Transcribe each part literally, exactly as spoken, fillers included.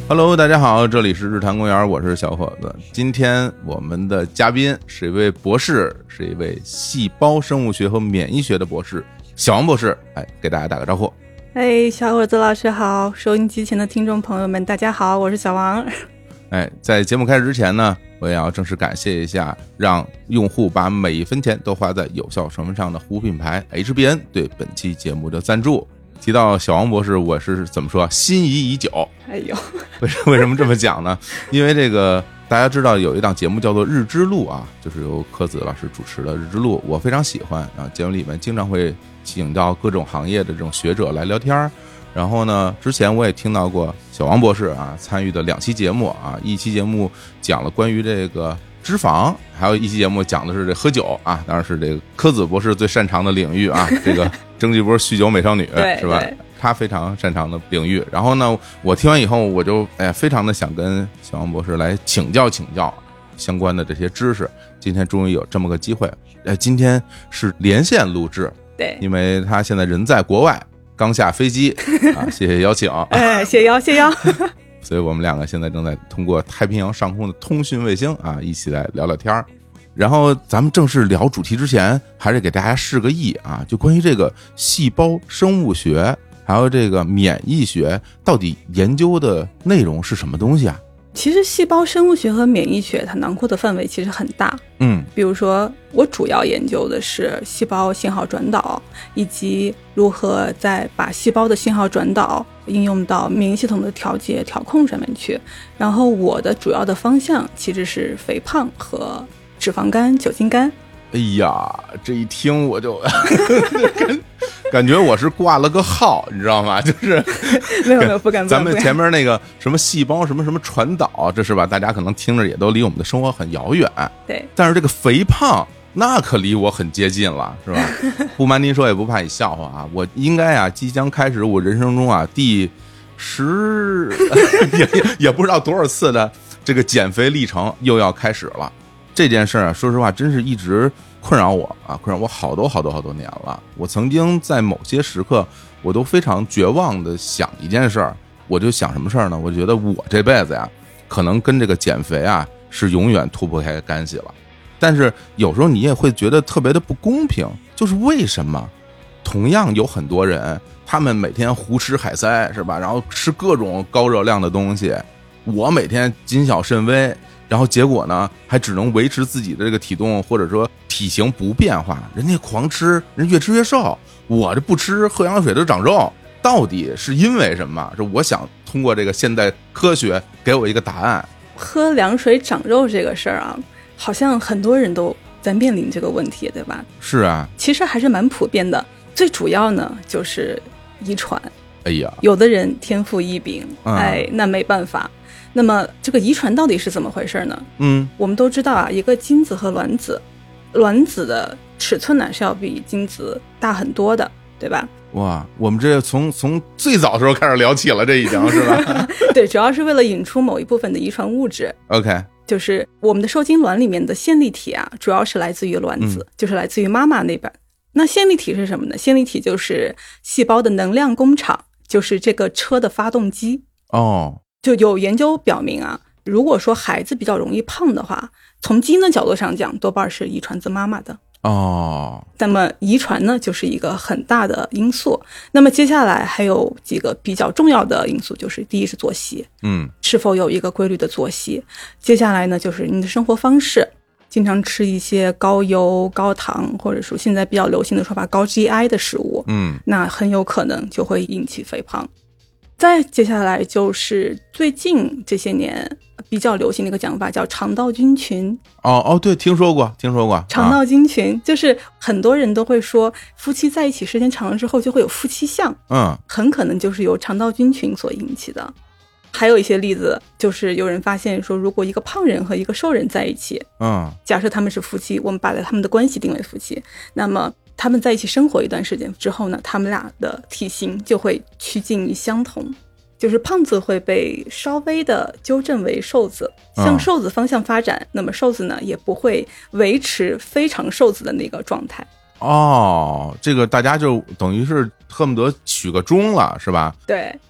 Hello， 大家好，这里是日坛公园，我是小伙子。今天我们的嘉宾是一位博士，是一位细胞生物学和免疫学的博士，小王博士。哎，给大家打个招呼。 哎，小伙子老师好，收音机前的听众朋友们，大家好，我是小王。 哎，在节目开始之前呢，我也要正式感谢一下，让用户把每一分钱都花在有效成分上的服务品牌 H B N 对本期节目的赞助。提到小王博士，我是怎么说，心仪已久。 哎呦， 为什么这么讲呢？因为这个大家知道有一档节目叫做《日之路》啊，就是由柯子老师主持的《日之路》，我非常喜欢啊。节目里面经常会请到各种行业的这种学者来聊天。然后呢，之前我也听到过小王博士啊参与的两期节目啊，一期节目讲了关于这个脂肪，还有一期节目讲的是这喝酒啊，当然是这个柯子博士最擅长的领域啊，这个征集波酗酒美少女是吧？他非常擅长的领域。然后呢，我听完以后，我就哎非常的想跟小王博士来请教请教相关的这些知识。今天终于有这么个机会，哎，今天是连线录制， 对， 因为他现在人在国外，刚下飞机啊，谢谢邀请， 哎，谢邀谢邀。 所以我们两个现在正在通过太平洋上空的通讯卫星啊，一起来聊聊天。然后咱们正式聊主题之前，还是给大家示个意啊，就关于这个细胞生物学还有这个免疫学，到底研究的内容是什么东西啊？ 其实细胞生物学和免疫学它囊括的范围其实很大， 嗯， 比如说我主要研究的是细胞信号转导，以及如何再把细胞的信号转导应用到免疫系统的调节调控上面去。然后我的主要的方向其实是肥胖和脂肪肝、酒精肝。 哎呀，这一听我就感觉我是挂了个号，你知道吗？就是没有没有不敢不敢。 咱们前面那个什么细胞什么什么传导，这是吧？大家可能听着也都离我们的生活很遥远。 对， 但是这个肥胖那可离我很接近了，是吧？不瞒您说，也不怕你笑话啊，我应该啊即将开始我人生中啊第十也也不知道多少次的这个减肥历程又要开始了。这件事啊，说实话，真是一直困扰我啊，困扰我好多好多好多年了。我曾经在某些时刻，我都非常绝望的想一件事儿，我就想什么事儿呢？我觉得我这辈子呀，可能跟这个减肥啊是永远脱不开干系了。但是有时候你也会觉得特别的不公平，就是为什么同样有很多人，他们每天胡吃海塞，是吧？然后吃各种高热量的东西，我每天谨小慎微。然后结果呢，还只能维持自己的这个体重或者说体型不变化，人家狂吃，人越吃越瘦，我这不吃喝羊水都长肉，到底是因为什么？是我想通过这个现代科学给我一个答案。 喝凉水长肉这个事儿啊，好像很多人都在面临这个问题，对吧？ 是啊， 其实还是蛮普遍的。最主要呢就是遗传。 哎呀， 有的人天赋异禀， 嗯、 哎，那没办法。那么这个遗传到底是怎么回事呢？ 嗯， 我们都知道啊，一个精子和卵子，卵子的尺寸呢是要比精子大很多的，对吧？ 哇，我们这从从最早的时候开始聊起了，这已经是吧？ 对，主要是为了引出某一部分的遗传物质。 OK， 就是我们的受精卵里面的线粒体啊，主要是来自于卵子，嗯、就是来自于妈妈那边。那线粒体是什么呢？线粒体就是细胞的能量工厂，就是这个车的发动机。 哦。 就有研究表明啊，如果说孩子比较容易胖的话，从基因的角度上讲，多半是遗传自妈妈的。 哦， 那么遗传呢，就是一个很大的因素。那么接下来还有几个比较重要的因素，就是第一是作息， 嗯， 是否有一个规律的作息。接下来呢，就是你的生活方式，经常吃一些高油、高糖，或者说现在比较流行的说法高 G I 的食物， 嗯，那很有可能就会引起肥胖。再接下来就是最近这些年比较流行的一个讲法，叫肠道菌群。 哦哦，对，听说过，听说过。 肠道菌群、啊、就是很多人都会说，夫妻在一起时间长了之后就会有夫妻相， 嗯， 很可能就是由肠道菌群所引起的。还有一些例子，就是有人发现说，如果一个胖人和一个瘦人在一起， 嗯， 假设他们是夫妻，我们把他们的关系定为夫妻，那么他们在一起生活一段时间之后呢，他们俩的体型就会趋近于相同，就是胖子会被稍微的纠正为瘦子，向瘦子方向发展、嗯、那么瘦子呢也不会维持非常瘦子的那个状态。 哦，这个大家就等于是恨不得取个中了，是吧？ 对，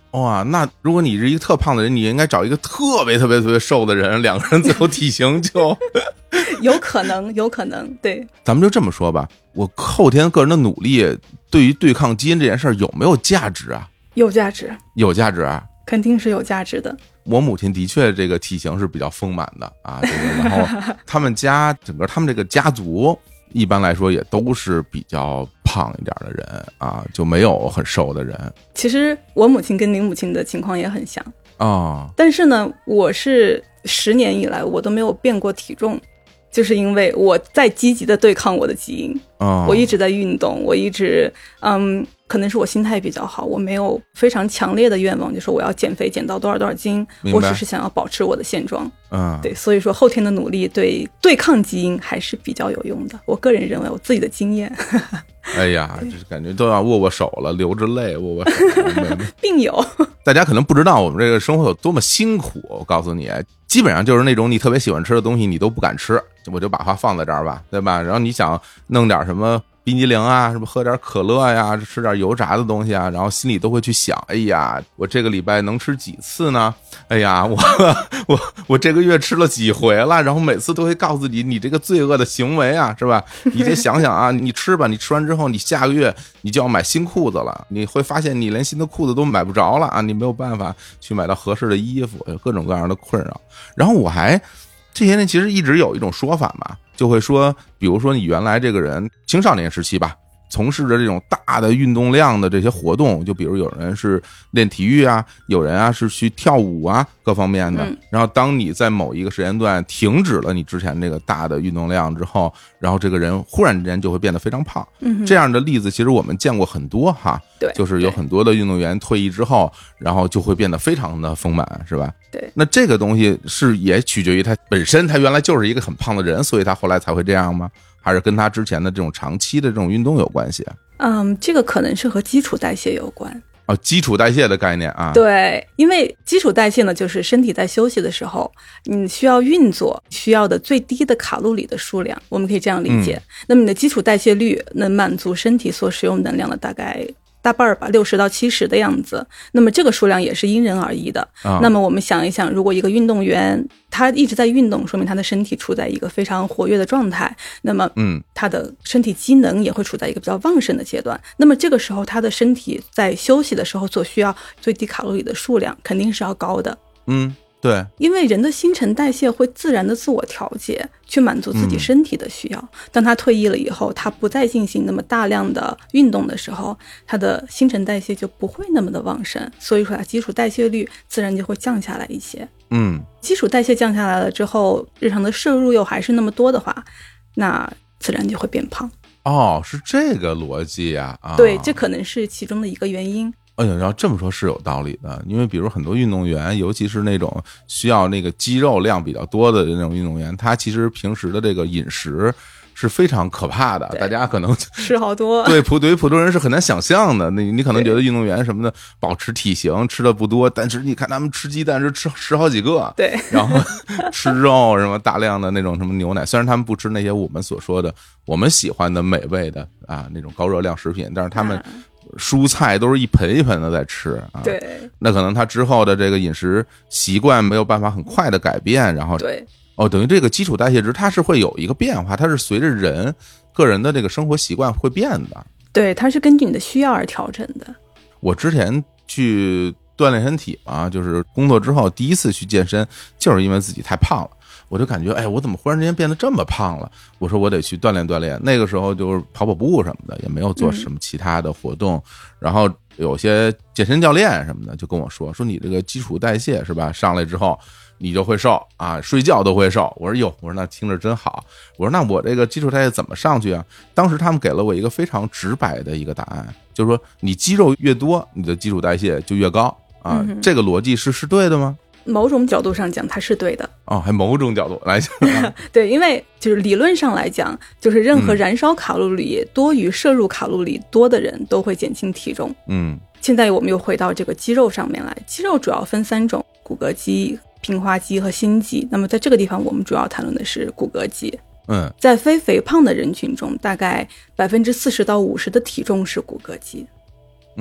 哇，那如果你是一个特胖的人，你应该找一个特别特别特别瘦的人，两个人最后体型就有可能，有可能，对。 咱们就这么说吧，我后天个人的努力对于对抗基因这件事儿有没有价值啊？ 有价值， 有价值啊， 肯定是有价值的。 我母亲的确这个体型是比较丰满的啊，这个然后他们家整个他们这个家族一般来说也都是比较胖一点的人啊，就没有很瘦的人。 其实我母亲跟您母亲的情况也很像啊、哦， 但是呢，我是十年以来我都没有变过体重，就是因为我在积极的对抗我的基因。 哦， 我一直在运动，我一直嗯，可能是我心态比较好，我没有非常强烈的愿望，就说我要减肥减到多少多少斤，我只是想要保持我的现状。嗯，对，所以说后天的努力对对抗基因还是比较有用的。我个人认为，我自己的经验。 哎呀，就是感觉都要握握手了，流着泪握握手。 并有。 大家可能不知道我们这个生活有多么辛苦，我告诉你，基本上就是那种你特别喜欢吃的东西，你都不敢吃，我就把它放在这儿吧，对吧？然后你想弄点什么冰激凌啊，什么喝点可乐呀，吃点油炸的东西啊，然后心里都会去想，哎呀，我这个礼拜能吃几次呢？哎呀，我我我这个月吃了几回了？然后每次都会告诉你，你这个罪恶的行为啊，是吧？你得想想啊，你吃吧，你吃完之后，你下个月你就要买新裤子了，你会发现你连新的裤子都买不着了啊，你没有办法去买到合适的衣服，有各种各样的困扰。然后我还这些年其实一直有一种说法嘛，就会说，比如说你原来这个人青少年时期吧，从事着这种大的运动量的这些活动，就比如有人是练体育啊，有人啊是去跳舞啊，各方面的。然后当你在某一个时间段停止了你之前这个大的运动量之后，然后这个人忽然之间就会变得非常胖。嗯，这样的例子其实我们见过很多哈。对，就是有很多的运动员退役之后，然后就会变得非常的丰满，是吧？ 对。 那这个东西是也取决于他本身，他原来就是一个很胖的人，所以他后来才会这样吗？还是跟他之前的这种长期的这种运动有关系？ 嗯，这个可能是和基础代谢有关。 哦，基础代谢的概念啊。 对，因为基础代谢呢，就是身体在休息的时候，你需要运作需要的最低的卡路里的数量，我们可以这样理解。嗯、那么你的基础代谢率能满足身体所使用能量的大概大半吧，六十到七十的样子。那么这个数量也是因人而异的。啊、那么我们想一想，如果一个运动员他一直在运动，说明他的身体处在一个非常活跃的状态，那么嗯，他的身体机能也会处在一个比较旺盛的阶段。那么这个时候他的身体在休息的时候所需要最低卡路里的数量肯定是要高的。 嗯，对， 因为人的新陈代谢会自然的自我调节，去满足自己身体的需要。嗯、当他退役了以后，他不再进行那么大量的运动的时候，他的新陈代谢就不会那么的旺盛，所以说他基础代谢率自然就会降下来一些。嗯，基础代谢降下来了之后，日常的摄入又还是那么多的话，那自然就会变胖。 哦，是这个逻辑啊！啊对，这可能是其中的一个原因。 哎呦，要这么说是有道理的，因为比如很多运动员，尤其是那种需要那个肌肉量比较多的那种运动员，他其实平时的这个饮食是非常可怕的，大家可能吃好多， 对普对于普通人是很难想象的。你你可能觉得运动员什么的保持体型吃的不多，但是你看他们吃鸡蛋是吃吃好几个， 对， 然后吃肉什么大量的那种什么牛奶，虽然他们不吃那些我们所说的我们喜欢的美味的啊那种高热量食品，但是他们蔬菜都是一盆一盆的在吃啊， 对， 那可能他之后的这个饮食习惯没有办法很快的改变，然后对。 哦，等于这个基础代谢值它是会有一个变化，它是随着人个人的这个生活习惯会变的。 对，它是根据你的需要而调整的。 我之前去锻炼身体嘛，就是工作之后第一次去健身，就是因为自己太胖了，我就感觉哎，我怎么忽然之间变得这么胖了？我说我得去锻炼锻炼。那个时候就是跑跑步什么的，也没有做什么其他的活动。嗯、然后有些健身教练什么的就跟我说，说你这个基础代谢是吧，上来之后你就会瘦啊，睡觉都会瘦。我说哟，我说那听着真好。我说那我这个基础代谢怎么上去啊？当时他们给了我一个非常直白的一个答案，就是说你肌肉越多，你的基础代谢就越高啊。嗯、这个逻辑是是对的吗？ 某种角度上讲，它是对的。 哦，还某种角度来讲， 对，因为就是理论上来讲，就是任何燃烧卡路里多于摄入卡路里多的人都会减轻体重。嗯，现在我们又回到这个肌肉上面来，肌肉主要分三种：骨骼肌、平滑肌和心肌。那么在这个地方我们主要谈论的是骨骼肌。嗯，在非肥胖的人群中，大概百分之四十到五十的体重是骨骼肌。 嗯，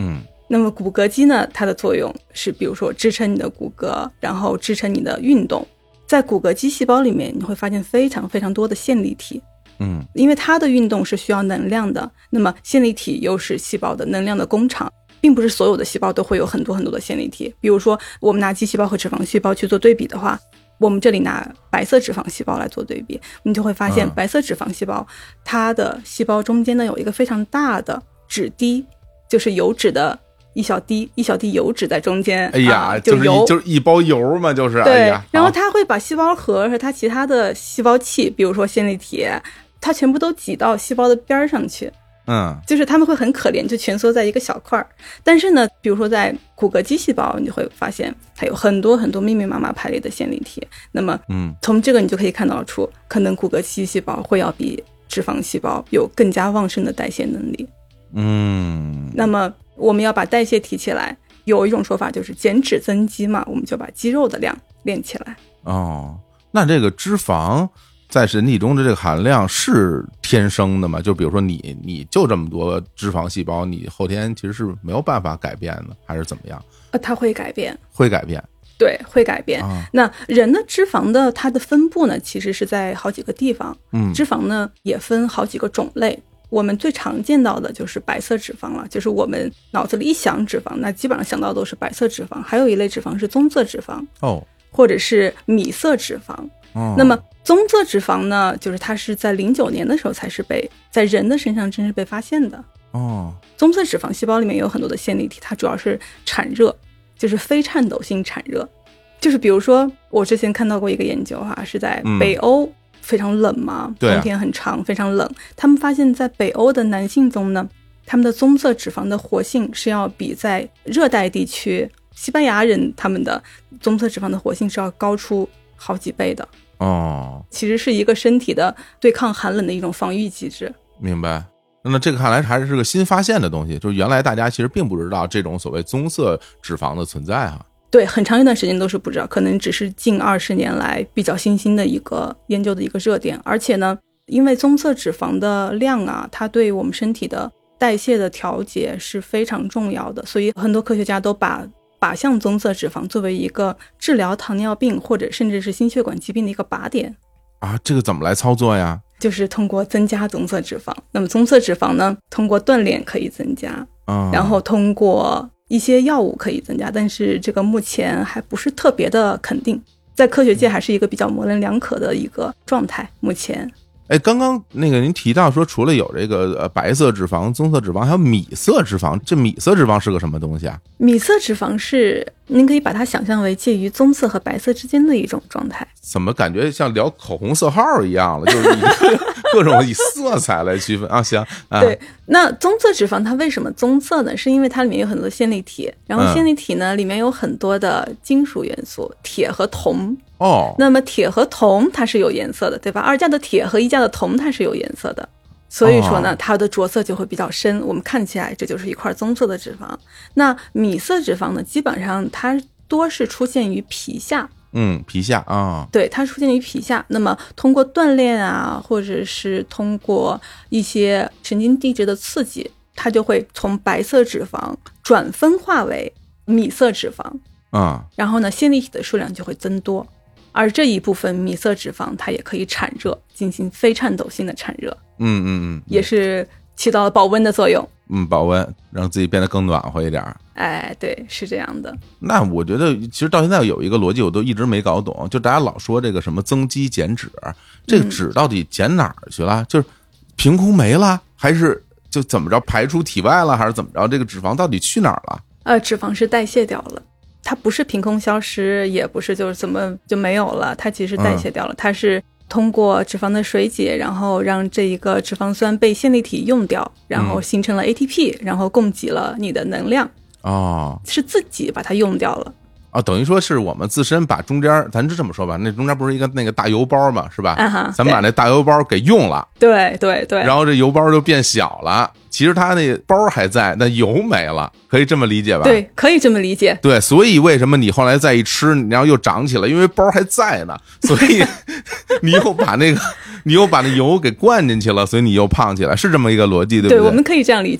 那么骨骼肌呢，它的作用是比如说支撑你的骨骼，然后支撑你的运动。在骨骼肌细胞里面，你会发现非常非常多的线粒体。 嗯， 因为它的运动是需要能量的，那么线粒体又是细胞的能量的工厂，并不是所有的细胞都会有很多很多的线粒体。比如说我们拿肌细胞和脂肪细胞去做对比的话，我们这里拿白色脂肪细胞来做对比，你就会发现白色脂肪细胞、嗯、它的细胞中间呢有一个非常大的脂滴，就是油脂的一小滴一小滴油脂在中间。 哎呀、啊、就是一就是一包油嘛，就是对、 哎呀， 然后它会把细胞核和它其他的细胞器，比如说线粒体，它全部都挤到细胞的边上去。 嗯， 就是他们会很可怜，就蜷缩在一个小块儿。但是呢，比如说在骨骼肌细胞，你会发现它有很多很多密密麻麻排列的线粒体。那么，嗯，从这个你就可以看到出，可能骨骼肌细胞会要比脂肪细胞有更加旺盛的代谢能力。 嗯， 那么我们要把代谢提起来，有一种说法就是减脂增肌嘛，我们就把肌肉的量练起来。 哦，那这个脂肪在人体中的这个含量是天生的吗？就比如说你你就这么多脂肪细胞，你后天其实是没有办法改变的，还是怎么样？ 呃，它会改变， 会改变， 对，会改变。啊、那人的脂肪的它的分布呢，其实是在好几个地方。嗯，脂肪呢也分好几个种类。我们最常见到的就是白色脂肪了，就是我们脑子里一想脂肪，那基本上想到都是白色脂肪。还有一类脂肪是棕色脂肪，哦，或者是米色脂肪。哦，那么棕色脂肪呢，就是它是在零九年的时候才是被在人的身上真是被发现的。哦，棕色脂肪细胞里面有很多的线粒体，它主要是产热，就是非颤抖性产热。就是比如说我之前看到过一个研究哈、啊，是在北欧、嗯、非常冷嘛，冬天很长、啊、非常冷，他们发现在北欧的男性中呢，他们的棕色脂肪的活性是要比在热带地区西班牙人他们的棕色脂肪的活性是要高出好几倍的。哦，其实是一个身体的对抗寒冷的一种防御机制。 明白。那这个看来还是个新发现的东西，就是原来大家其实并不知道这种所谓棕色脂肪的存在哈。 对，很长一段时间都是不知道，可能只是近二十年来比较新兴的一个研究的一个热点。而且呢，因为棕色脂肪的量啊，它对我们身体的代谢的调节是非常重要的，所以很多科学家都把靶向棕色脂肪作为一个治疗糖尿病或者甚至是心血管疾病的一个靶点啊。这个怎么来操作呀？ 就是通过增加棕色脂肪。那么棕色脂肪呢，通过锻炼可以增加，嗯，然后通过一些药物可以增加，但是这个目前还不是特别的肯定，在科学界还是一个比较模棱两可的一个状态。目前， 哎，刚刚那个您提到说，除了有这个呃白色脂肪、棕色脂肪，还有米色脂肪。这米色脂肪是个什么东西啊？ 米色脂肪是您可以把它想象为介于棕色和白色之间的一种状态。 怎么感觉像聊口红色号一样了？就是以各种以色彩来区分啊。行啊， 对。那棕色脂肪它为什么棕色呢？是因为它里面有很多线粒体，然后线粒体呢、嗯、里面有很多的金属元素，铁和铜。哦，那么铁和铜它是有颜色的，对吧？二价的铁和一价的铜它是有颜色的，所以说呢，它的着色就会比较深，我们看起来这就是一块棕色的脂肪。那米色脂肪呢，基本上它多是出现于皮下。 嗯，皮下啊、哦， 对，它出现于皮下。那么通过锻炼啊，或者是通过一些神经递质的刺激，它就会从白色脂肪转分化为米色脂肪。嗯，然后呢，线粒体的数量就会增多。而这一部分米色脂肪它也可以产热，进行非颤抖性的产热。嗯嗯嗯，也是起到了保温的作用。 嗯，保温让自己变得更暖和一点。 哎，对，是这样的。 那我觉得其实到现在有一个逻辑我都一直没搞懂，就大家老说这个什么增肌减脂，这个脂到底减哪儿去了、嗯、就是凭空没了，还是就怎么着排出体外了，还是怎么着，这个脂肪到底去哪儿了？ 呃，脂肪是代谢掉了，它不是凭空消失，也不是就是怎么就没有了，它其实代谢掉了、嗯、它是通过脂肪的水解，然后让这一个脂肪酸被线粒体用掉，然后形成了 A T P、嗯、然后供给了你的能量。哦，是自己把它用掉了啊，等于说是我们自身把中间，咱就这么说吧，那中间不是一个那个大油包嘛，是吧？啊、咱们把那大油包给用了， 对对对， 然后这油包就变小了，其实它那包还在，但油没了，可以这么理解吧？ 对，可以这么理解。 对，所以为什么你后来再一吃，然后又长起来，因为包还在呢，所以你又把那个你又把那油给灌进去了，所以你又胖起来，是这么一个逻辑，对不对？ 对，我们可以这样理解。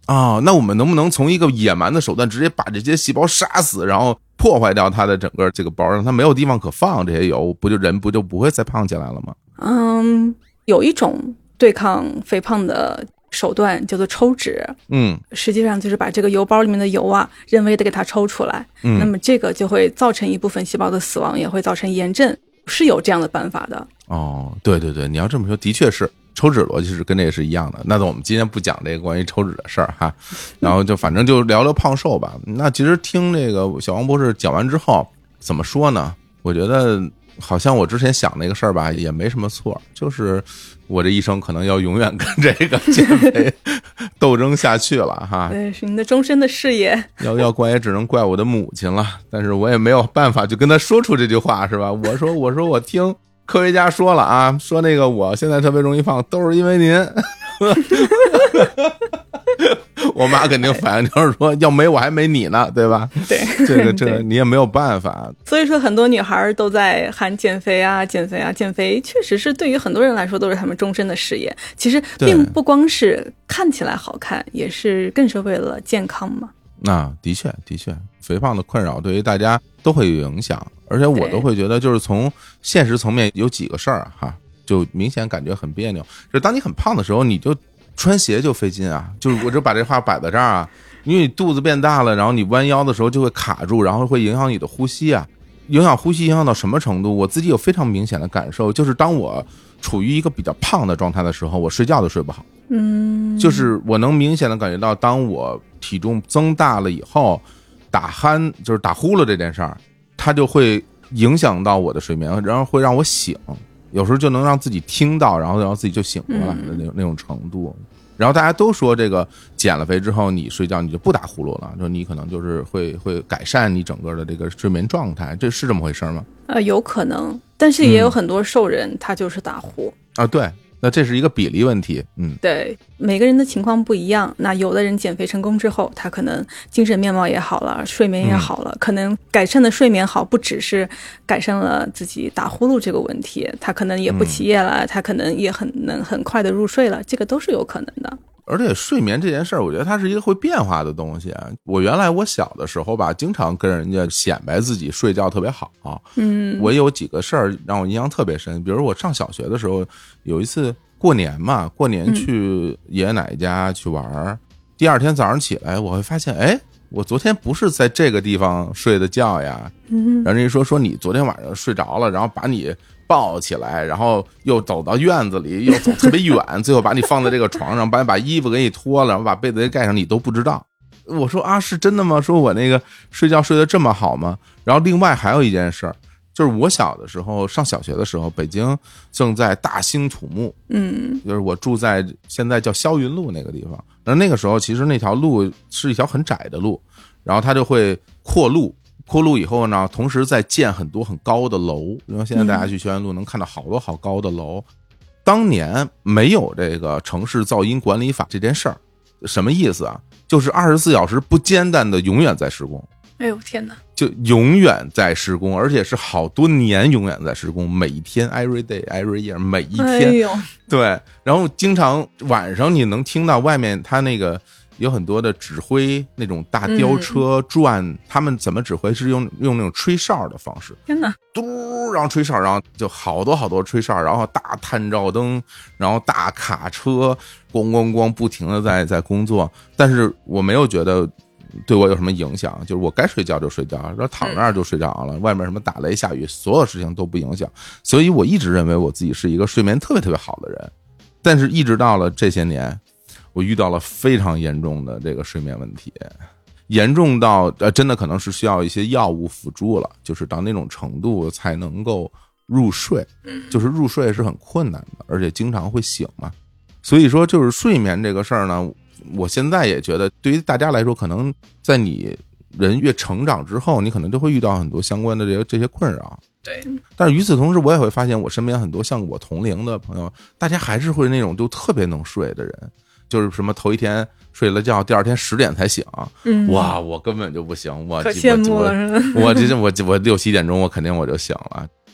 哦，那我们能不能从一个野蛮的手段直接把这些细胞杀死，然后破坏掉它的整个这个包，让它没有地方可放这些油，不就人不就不会再胖起来了吗？ 嗯，有一种对抗肥胖的手段叫做抽脂， 嗯， 实际上就是把这个油包里面的油啊，人为的给它抽出来，嗯，那么这个就会造成一部分细胞的死亡，也会造成炎症，是有这样的办法的。 哦，对对对，你要这么说，的确是抽脂逻辑是跟这个是一样的。那我们今天不讲这个关于抽脂的事儿哈，然后就反正就聊聊胖瘦吧。那其实听这个小王博士讲完之后，怎么说呢？我觉得好像我之前想那个事儿吧，也没什么错，就是我这一生可能要永远跟这个减肥斗争下去了哈。 对，是您的终身的事业。 要要怪也只能怪我的母亲了，但是我也没有办法就跟他说出这句话，是吧？我说我说我听科学家说了啊，说那个我现在特别容易胖，都是因为您。我妈肯定反应就是说，要没我还没你呢，对吧？ 对， 这个这个你也没有办法。 所以说，很多女孩都在喊减肥啊，减肥啊，减肥，确实是对于很多人来说都是他们终身的事业。其实并不光是看起来好看，也是更是为了健康嘛。 那、啊、的确的确，肥胖的困扰对于大家都会有影响，而且我都会觉得，就是从现实层面有几个事儿哈，就明显感觉很别扭。就当你很胖的时候，你就穿鞋就费劲啊，就是我就把这话摆在这儿啊，因为你肚子变大了，然后你弯腰的时候就会卡住，然后会影响你的呼吸啊，影响呼吸影响到什么程度？我自己有非常明显的感受，就是当我处于一个比较胖的状态的时候，我睡觉都睡不好。 嗯， 就是我能明显的感觉到，当我体重增大了以后，打鼾就是打呼噜这件事儿，它就会影响到我的睡眠，然后会让我醒，有时候就能让自己听到，然后让自己就醒过来的那种那种程度。然后大家都说这个减了肥之后，你睡觉你就不打呼噜了，就你可能就是会会改善你整个的这个睡眠状态，这是这么回事吗？ 呃，有可能，但是也有很多瘦人、嗯、他就是打呼啊，对。那这是一个比例问题，嗯， 对，每个人的情况不一样。那有的人减肥成功之后，他可能精神面貌也好了，睡眠也好了，嗯、可能改善的睡眠好，不只是改善了自己打呼噜这个问题，他可能也不起夜了，嗯、他可能也很能很快的入睡了，这个都是有可能的。 而且睡眠这件事儿，我觉得它是一个会变化的东西。我原来我小的时候吧，经常跟人家显摆自己睡觉特别好。 嗯， 我有几个事儿让我印象特别深，比如我上小学的时候，有一次过年嘛，过年去爷爷奶奶家去玩，嗯、第二天早上起来，我会发现，哎，我昨天不是在这个地方睡的觉呀。 嗯， 然后人家说说你昨天晚上睡着了，然后把你抱起来，然后又走到院子里，又走特别远，最后把你放在这个床上，把你把衣服给你脱了，然后把被子给盖上，你都不知道。我说啊，是真的吗？说我那个睡觉睡得这么好吗？然后另外还有一件事儿，就是我小的时候上小学的时候，北京正在大兴土木， 嗯， 就是我住在现在叫霄云路那个地方。然后那个时候其实那条路是一条很窄的路，然后它就会扩路。扩路以后呢，同时在建很多很高的楼，因为现在大家去霄云路能看到好多好高的楼。当年没有这个城市噪音管理法这件事儿，什么意思啊？就是二十四小时不间断的永远在施工。 哎呦天哪！ 就永远在施工，而且是好多年永远在施工，每一天 every day every year 每一天。 哎呦， 对，然后经常晚上你能听到外面他那个。有很多的指挥那种大吊车转、嗯、他们怎么指挥是用用那种吹哨的方式， 天哪， 嘟，然后吹哨，然后就好多好多吹哨，然后大探照灯，然后大卡车咣咣咣不停的在在工作，但是我没有觉得对我有什么影响，就是我该睡觉就睡觉，然后躺那儿就睡着了、嗯、外面什么打雷下雨所有事情都不影响，所以我一直认为我自己是一个睡眠特别特别好的人。但是一直到了这些年，我遇到了非常严重的这个睡眠问题，严重到呃，真的可能是需要一些药物辅助了，就是到那种程度才能够入睡，就是入睡是很困难的，而且经常会醒嘛。所以说，就是睡眠这个事儿呢，我现在也觉得，对于大家来说，可能在你人越成长之后，你可能就会遇到很多相关的这些这些困扰。 对， 但是与此同时，我也会发现我身边很多像我同龄的朋友，大家还是会那种就特别能睡的人。就是什么头一天睡了觉，第二天十点才醒，嗯，哇，我根本就不行，我可羡慕了，是吧？ 我这我我六七点钟我肯定我就醒了。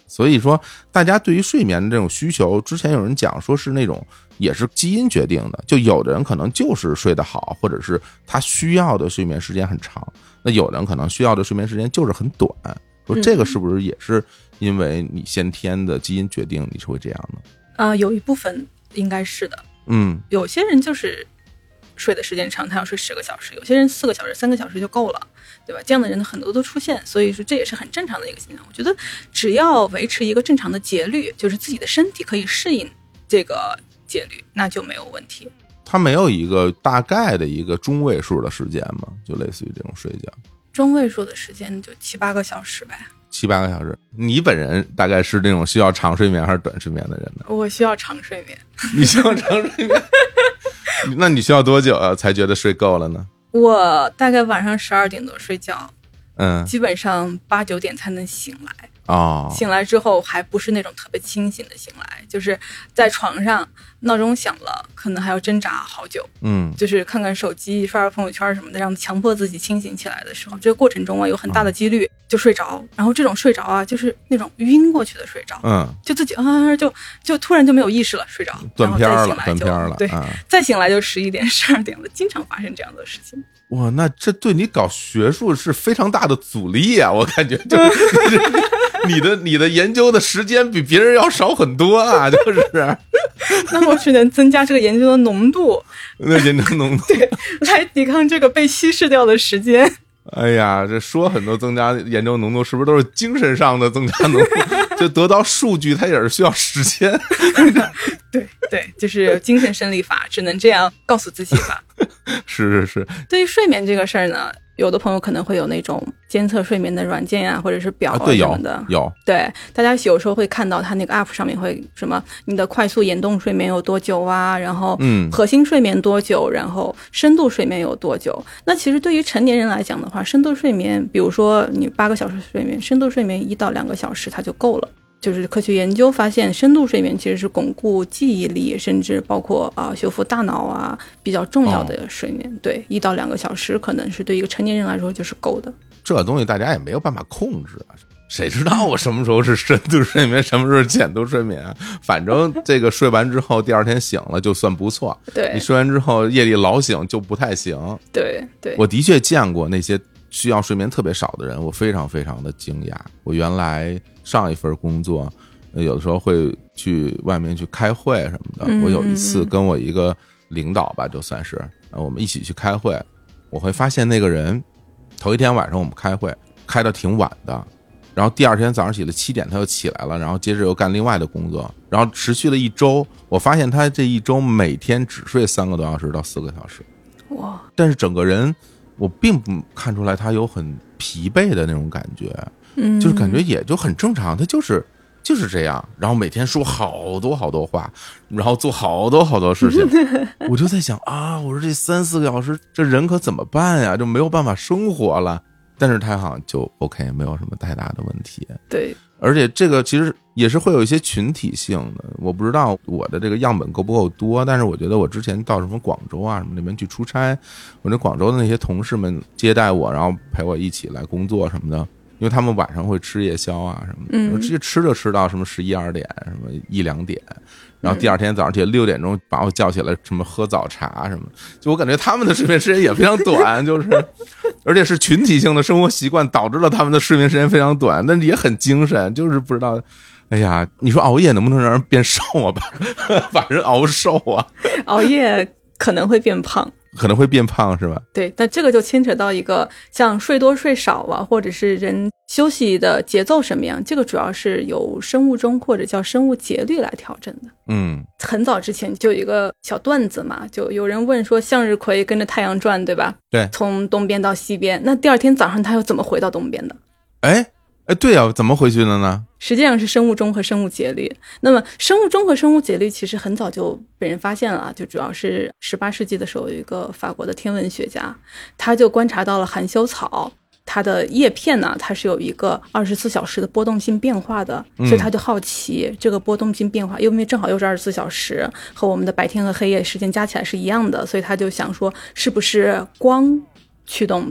所以说大家对于睡眠的这种需求，之前有人讲说是那种也是基因决定的，就有的人可能就是睡得好，或者是他需要的睡眠时间很长，那有的人可能需要的睡眠时间就是很短，说这个是不是也是因为你先天的基因决定你是会这样的？ 啊、呃，有一部分应该是的。 嗯， 有些人就是睡的时间长，他要睡十个小时，有些人四个小时、三个小时就够了，对吧？这样的人很多都出现，所以说这也是很正常的一个现象。我觉得只要维持一个正常的节律，就是自己的身体可以适应这个节律，那就没有问题。 它没有一个大概的一个中位数的时间吗？就类似于这种睡觉， 中位数的时间就七八个小时呗。 七八个小时，你本人大概是那种需要长睡眠还是短睡眠的人呢？ 我需要长睡眠。 你需要长睡眠？那你需要多久啊才觉得睡够了呢？ 我大概晚上十二点多睡觉， 嗯， 基本上八九点才能醒来。 哦， 醒来之后还不是那种特别清醒的醒来，就是在床上闹钟响了，可能还要挣扎好久， 嗯， 就是看看手机、刷刷朋友圈什么的，让强迫自己清醒起来的时候，这个过程中啊，有很大的几率就睡着，然后这种睡着啊，就是那种晕过去的睡着， 嗯， 就自己啊，就就突然就没有意识了，睡着， 断片了， 然后再醒来就断片了， 对， 嗯， 再醒来就十一点、十二点了，经常发生这样的事情。 哇，那这对你搞学术是非常大的阻力啊！我感觉就是你的你的研究的时间比别人要少很多啊，就是。 那我只能增加这个研究的浓度， 那研究浓度对，来抵抗这个被稀释掉的时间。 哎呀，这说很多增加研究浓度，是不是都是精神上的增加浓度？就得到数据，它也是需要时间。 对对，就是精神胜利法，只能这样告诉自己吧。 是是是。 对于睡眠这个事儿呢，有的朋友可能会有那种监测睡眠的软件啊，或者是表啊什么的。 啊、有有。 对，大家有时候会看到它那个 app 上面会什么，你的快速眼动睡眠有多久啊？然后嗯， 核心睡眠多久？然后深度睡眠有多久？那其实对于成年人来讲的话，深度睡眠，比如说你八个小时睡眠，深度睡眠一到两个小时它就够了。就是科学研究发现，深度睡眠其实是巩固记忆力，甚至包括啊、呃、修复大脑啊比较重要的睡眠。哦、对，一到两个小时可能是对一个成年人来说就是够的。 这东西大家也没有办法控制啊，谁知道我什么时候是深度睡眠，什么时候是浅度睡眠？反正这个睡完之后，第二天醒了就算不错。 对， 你睡完之后夜里老醒就不太行。 对对， 我的确见过那些需要睡眠特别少的人，我非常非常的惊讶。我原来上一份工作，有的时候会去外面去开会什么的。 嗯、 我有一次跟我一个领导吧，就算是我们一起去开会，我会发现那个人头一天晚上我们开会开到挺晚的，然后第二天早上起来七点他又起来了，然后接着又干另外的工作，然后持续了一周。我发现他这一周每天只睡三个多小时到四个小时。 哇！ 但是整个人我并不看出来他有很疲惫的那种感觉， 嗯， 就是感觉也就很正常，他就是就是这样，然后每天说好多好多话，然后做好多好多事情。我就在想啊，我说这三四个小时这人可怎么办呀？就没有办法生活了。但是他好像就 OK， 没有什么太大的问题。 对，而且这个其实也是会有一些群体性的，我不知道我的这个样本够不够多，但是我觉得我之前到什么广州啊什么那边去出差，我这广州的那些同事们接待我，然后陪我一起来工作什么的，因为他们晚上会吃夜宵啊什么的， 嗯， 直接吃着吃到什么十一二点，什么一两点，然后第二天早上起来六点钟把我叫起来，什么喝早茶什么，就我感觉他们的睡眠时间也非常短，就是而且是群体性的生活习惯导致了他们的睡眠时间非常短，但是也很精神，就是不知道，哎呀，你说熬夜能不能让人变瘦啊？把把人熬瘦啊？ 熬夜可能会变胖。 可能会变胖是吧？ 对，但这个就牵扯到一个像睡多睡少啊，或者是人休息的节奏什么样，这个主要是由生物钟或者叫生物节律来调整的。 嗯， 很早之前就有一个小段子嘛，就有人问说向日葵跟着太阳转，对吧？ 对， 从东边到西边，那第二天早上它又怎么回到东边的？ 哎哎，对啊，怎么回去的呢？ 实际上是生物钟和生物节律。那么生物钟和生物节律其实很早就被人发现了，就主要是十八世纪的时候有一个法国的天文学家，他就观察到了含羞草，它的叶片呢，它是有一个二十四小时的波动性变化的，所以他就好奇这个波动性变化，因为正好又是二十四小时，和我们的白天和黑夜时间加起来是一样的，所以他就想说是不是光驱动的，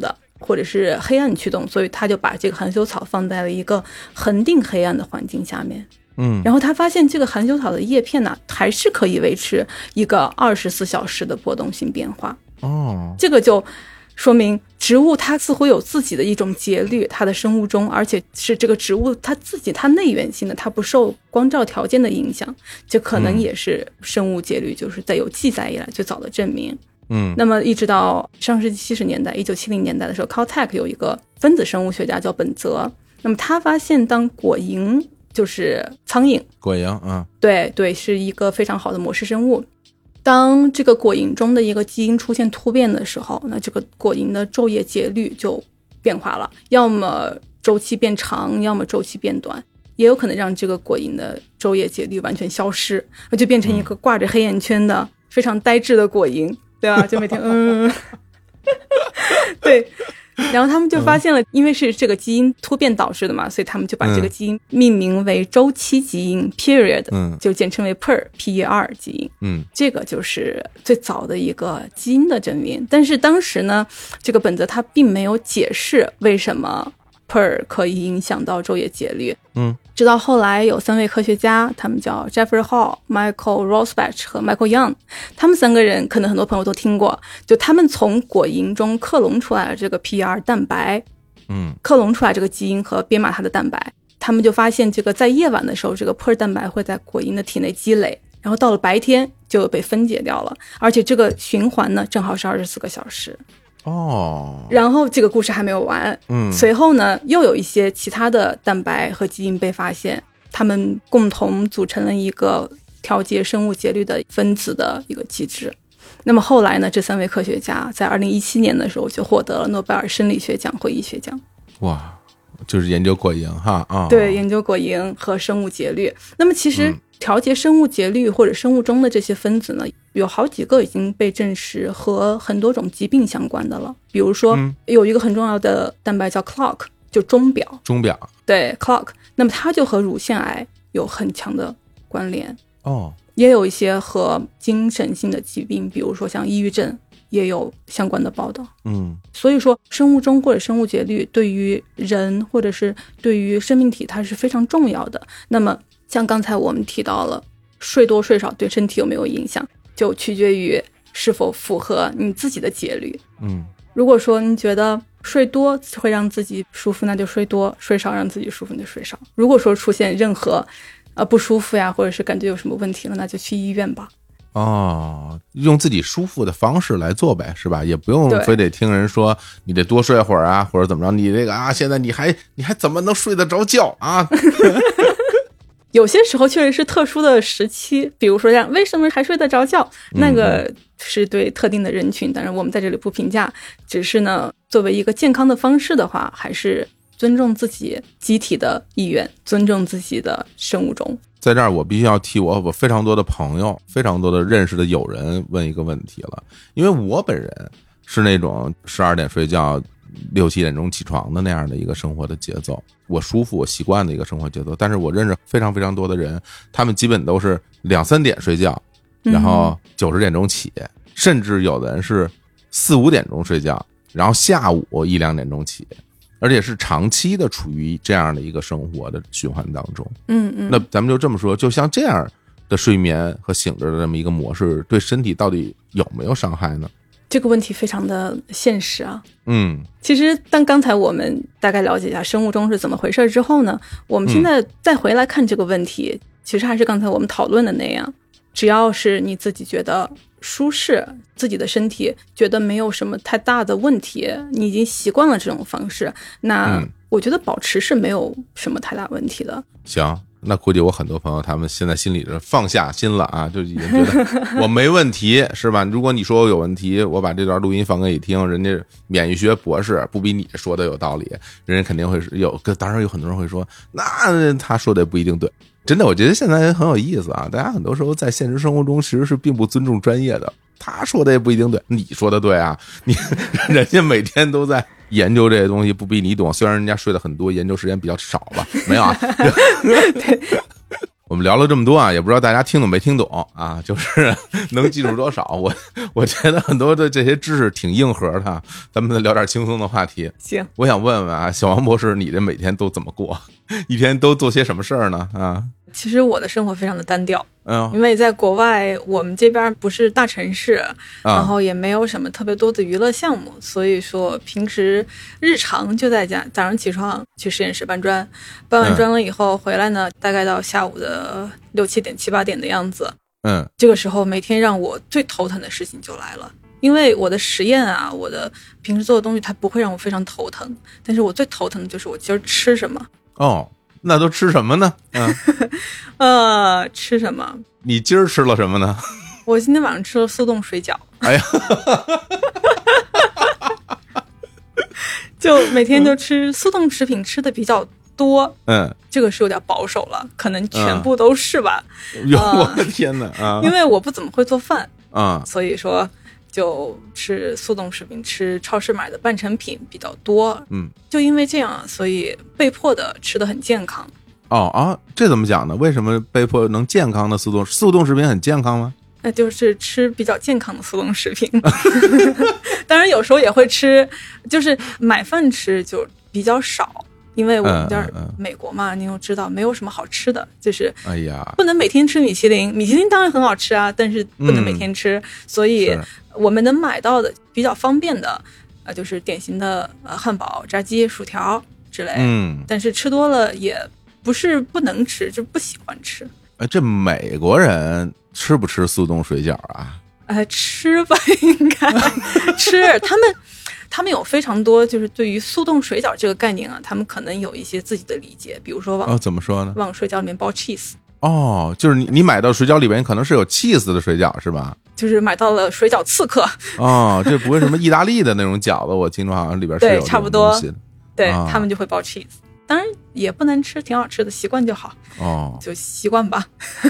或者是黑暗驱动，所以他就把这个含羞草放在了一个恒定黑暗的环境下面。 嗯， 然后他发现这个含羞草的叶片呢，还是可以维持一个二十四小时的波动性变化。 哦， 这个就说明植物它似乎有自己的一种节律，它的生物钟，而且是这个植物它自己它内源性的，它不受光照条件的影响，这可能也是生物节律，就是在有记载以来最早的证明。 嗯， 那么一直到上世纪七十年代，一九七零年代的时候 Caltech 有一个分子生物学家叫本泽，那么他发现当果蝇就是苍蝇， 果蝇啊， 对对，是一个非常好的模式生物。当这个果蝇中的一个基因出现突变的时候，那这个果蝇的昼夜节律就变化了，要么周期变长，要么周期变短，也有可能让这个果蝇的昼夜节律完全消失，就变成一个挂着黑眼圈的、嗯、非常呆滞的果蝇，对吧？就每天嗯，对。然后他们就发现了，因为是这个基因突变导致的嘛，所以他们就把这个基因命名为周期基因 period， 嗯，就简称为 per P E R 基因。嗯，这个就是最早的一个基因的证明。但是当时呢，这个本泽他并没有解释为什么 per 可以影响到昼夜节律。嗯，直到后来有三位科学家，他们叫 Jeffrey Hall、Michael Rosbach 和 Michael Young， 他们三个人可能很多朋友都听过，就他们从果蝇中克隆出来了这个 P E R 蛋白，嗯，克隆出来这个基因和编码它的蛋白，他们就发现这个在夜晚的时候，这个 P E R 蛋白会在果蝇的体内积累，然后到了白天就被分解掉了，而且这个循环呢正好是二十四个小时。哦，然后这个故事还没有完，嗯，随后呢，又有一些其他的蛋白和基因被发现，它们共同组成了一个调节生物节律的分子的一个机制。那么后来呢，这三位科学家在二零一七年的时候就获得了诺贝尔生理学奖和医学奖。哇，就是研究果蝇哈啊，对，研究果蝇和生物节律。那么其实调节生物节律或者生物钟的这些分子呢，有好几个已经被证实和很多种疾病相关的了。比如说、嗯、有一个很重要的蛋白叫 clock， 就钟表。钟表，对 clock， 那么它就和乳腺癌有很强的关联。哦，也有一些和精神性的疾病，比如说像抑郁症也有相关的报道。嗯，所以说生物钟或者生物节律对于人或者是对于生命体它是非常重要的。那么像刚才我们提到了睡多睡少对身体有没有影响，就取决于是否符合你自己的节律。嗯，如果说你觉得睡多会让自己舒服，那就睡多，睡少让自己舒服，那就睡少。如果说出现任何呃不舒服呀，或者是感觉有什么问题了，那就去医院吧。哦，用自己舒服的方式来做呗，是吧？也不用非得听人说你得多睡会儿啊，或者怎么着，你这个啊，现在你还你还怎么能睡得着觉啊？有些时候确实是特殊的时期，比如说像为什么还睡得着觉，那个是对特定的人群，当然我们在这里不评价，只是呢作为一个健康的方式的话，还是尊重自己机体的意愿，尊重自己的生物钟。在这儿我必须要替我我非常多的朋友，非常多的认识的友人问一个问题了，因为我本人是那种十二点睡觉六七点钟起床的那样的一个生活的节奏，我舒服我习惯的一个生活节奏。但是我认识非常非常多的人，他们基本都是两三点睡觉，然后九十点钟起、嗯、甚至有的人是四五点钟睡觉，然后下午一两点钟起，而且是长期的处于这样的一个生活的循环当中。嗯嗯，那咱们就这么说，就像这样的睡眠和醒着的这么一个模式，对身体到底有没有伤害呢？这个问题非常的现实啊。嗯，其实当刚才我们大概了解一下生物钟是怎么回事之后呢，我们现在再回来看这个问题、嗯、其实还是刚才我们讨论的那样，只要是你自己觉得舒适，自己的身体觉得没有什么太大的问题，你已经习惯了这种方式，那我觉得保持是没有什么太大问题的。行，那估计我很多朋友他们现在心里放下心了啊，就已经觉得我没问题是吧？如果你说我有问题，我把这段录音放给你听，人家免疫学博士不比你说的有道理，人家肯定会有，当然有很多人会说那他说的也不一定对。真的我觉得现在很有意思啊，大家很多时候在现实生活中其实是并不尊重专业的，他说的也不一定对，你说的对啊，你人家每天都在研究这些东西，不比你懂，虽然人家睡得很多，研究时间比较少吧，没有啊。对， 我们聊了这么多啊，也不知道大家听懂没听懂啊，就是能记住多少。我我觉得很多的这些知识挺硬核的，咱们再聊点轻松的话题。 行， 我想问问啊，小王博士，你这每天都怎么过？一天都做些什么事儿呢？啊， 其实我的生活非常的单调。 嗯， 因为在国外，我们这边不是大城市， 啊、 然后也没有什么特别多的娱乐项目，所以说平时日常就在家，早上起床去实验室搬砖，搬完砖了以后、嗯、回来呢，大概到下午的六七点、七八点的样子。 嗯， 这个时候每天让我最头疼的事情就来了，因为我的实验啊，我的平时做的东西，它不会让我非常头疼，但是我最头疼的就是我今儿吃什么。 哦。那都吃什么呢？嗯， 呃，吃什么？ 你今儿吃了什么呢？ 我今天晚上吃了速冻水饺。 哎呀， 就每天就吃速冻食品，吃的比较多。 嗯， 这个是有点保守了，可能全部都是吧。 哟、嗯，我的天哪啊！ 因为我不怎么会做饭啊、嗯， 所以说。就吃速冻食品，吃超市买的半成品比较多。 嗯， 就因为这样，所以被迫的吃得很健康。 哦啊，这怎么讲呢？为什么被迫能健康的速冻速冻食品很健康吗？ 那就是吃比较健康的速冻食品。当然有时候也会吃，就是买饭吃就比较少。因为我们这儿美国嘛、嗯嗯嗯，你又知道没有什么好吃的，就是哎呀， 不能每天吃米其林，米其林当然很好吃啊，但是不能每天吃，嗯、所以我们能买到的比较方便的，呃，就是典型的呃汉堡、炸鸡、薯条之类。 嗯， 但是吃多了也不是不能吃，就不喜欢吃。 哎，这美国人吃不吃速冻水饺啊？ 呃，吃吧，应该吃，他们。他们有非常多，就是对于速冻水饺这个概念啊，他们可能有一些自己的理解，比如说往、 哦、怎么说呢？ 往水饺里面包 cheese。 哦，就是你你买到水饺里面可能是有 cheese 的水饺是吧？ 就是买到了水饺刺客。 哦，这不会什么意大利的那种饺子，我听说好像里边是有对，差不多。对、 啊、 他们就会包 cheese， 当然也不难吃，挺好吃的，习惯就好。 哦， 就习惯吧。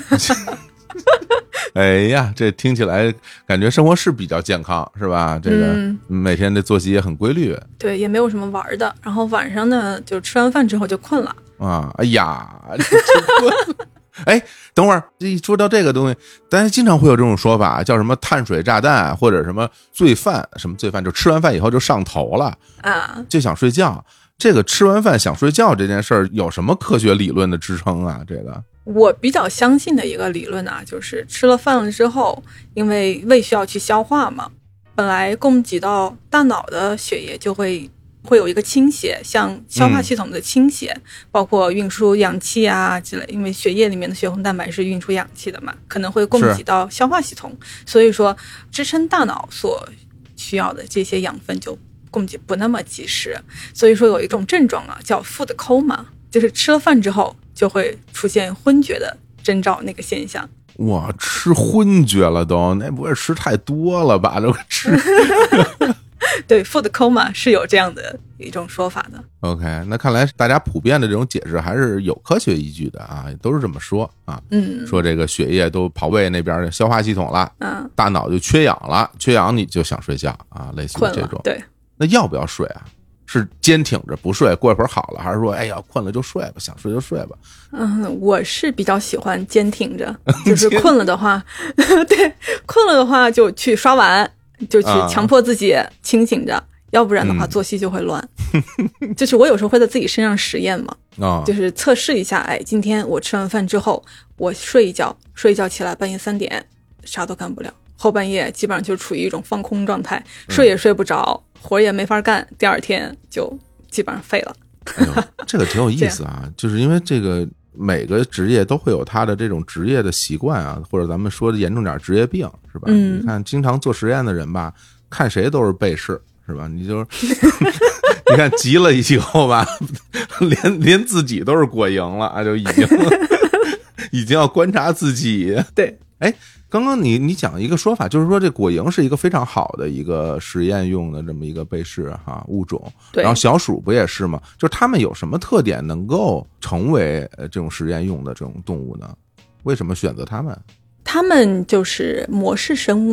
哎呀，这听起来感觉生活是比较健康，是吧？这个、嗯、每天的作息也很规律。 对，也没有什么玩的。然后晚上呢，就吃完饭之后就困了。 啊，哎呀，哎，等会儿一说到这个东西，大家经常会有这种说法，叫什么碳水炸弹，或者什么罪犯，什么罪犯，就吃完饭以后就上头了啊， 就想睡觉。这个吃完饭想睡觉这件事儿有什么科学理论的支撑啊？这个？ 我比较相信的一个理论啊，就是吃了饭了之后，因为胃需要去消化嘛，本来供给到大脑的血液就会会有一个倾斜，像消化系统的倾斜、嗯、包括运输氧气啊之类，因为血液里面的血红蛋白是运输氧气的嘛，可能会供给到消化系统，所以说支撑大脑所需要的这些养分就供给不那么及时，所以说有一种症状啊叫 food coma， 就是吃了饭之后就会出现昏厥的征兆那个现象。 哇，吃昏厥了都，那不是吃太多了吧？这个吃对 food coma 是有这样的一种说法的。 OK， 那看来大家普遍的这种解释还是有科学依据的啊，都是这么说啊。 嗯， 说这个血液都跑胃那边消化系统了， 嗯， 大脑就缺氧了，缺氧你就想睡觉啊，类似于这种。 对， 那要不要睡啊？是坚挺着不睡，过一会儿好了，还是说哎呀困了就睡吧，想睡就睡吧？ 嗯，我是比较喜欢坚挺着，就是困了的话对，困了的话就去刷碗，就去强迫自己清醒着、啊、要不然的话作息就会乱、嗯、就是我有时候会在自己身上实验嘛、 哦、 就是测试一下，哎，今天我吃完饭之后我睡一觉，睡一觉起来半夜三点啥都干不了，后半夜基本上就处于一种放空状态，睡也睡不着、嗯、活也没法干，第二天就基本上废了。 哎呦，这个挺有意思啊，就是因为这个每个职业都会有他的这种职业的习惯啊，或者咱们说的严重点职业病，是吧？ 嗯， 你看经常做实验的人吧，看谁都是背试，是吧？你就你看急了以后吧，连连自己都是果蝇了啊，就已经已经要观察自己。 对， 哎，刚刚你你讲一个说法，就是说这果蝇是一个非常好的一个实验用的这么一个被试哈物种， 对， 然后小鼠不也是吗？就是它们有什么特点能够成为呃这种实验用的这种动物呢？为什么选择它们？ 它们就是模式生物，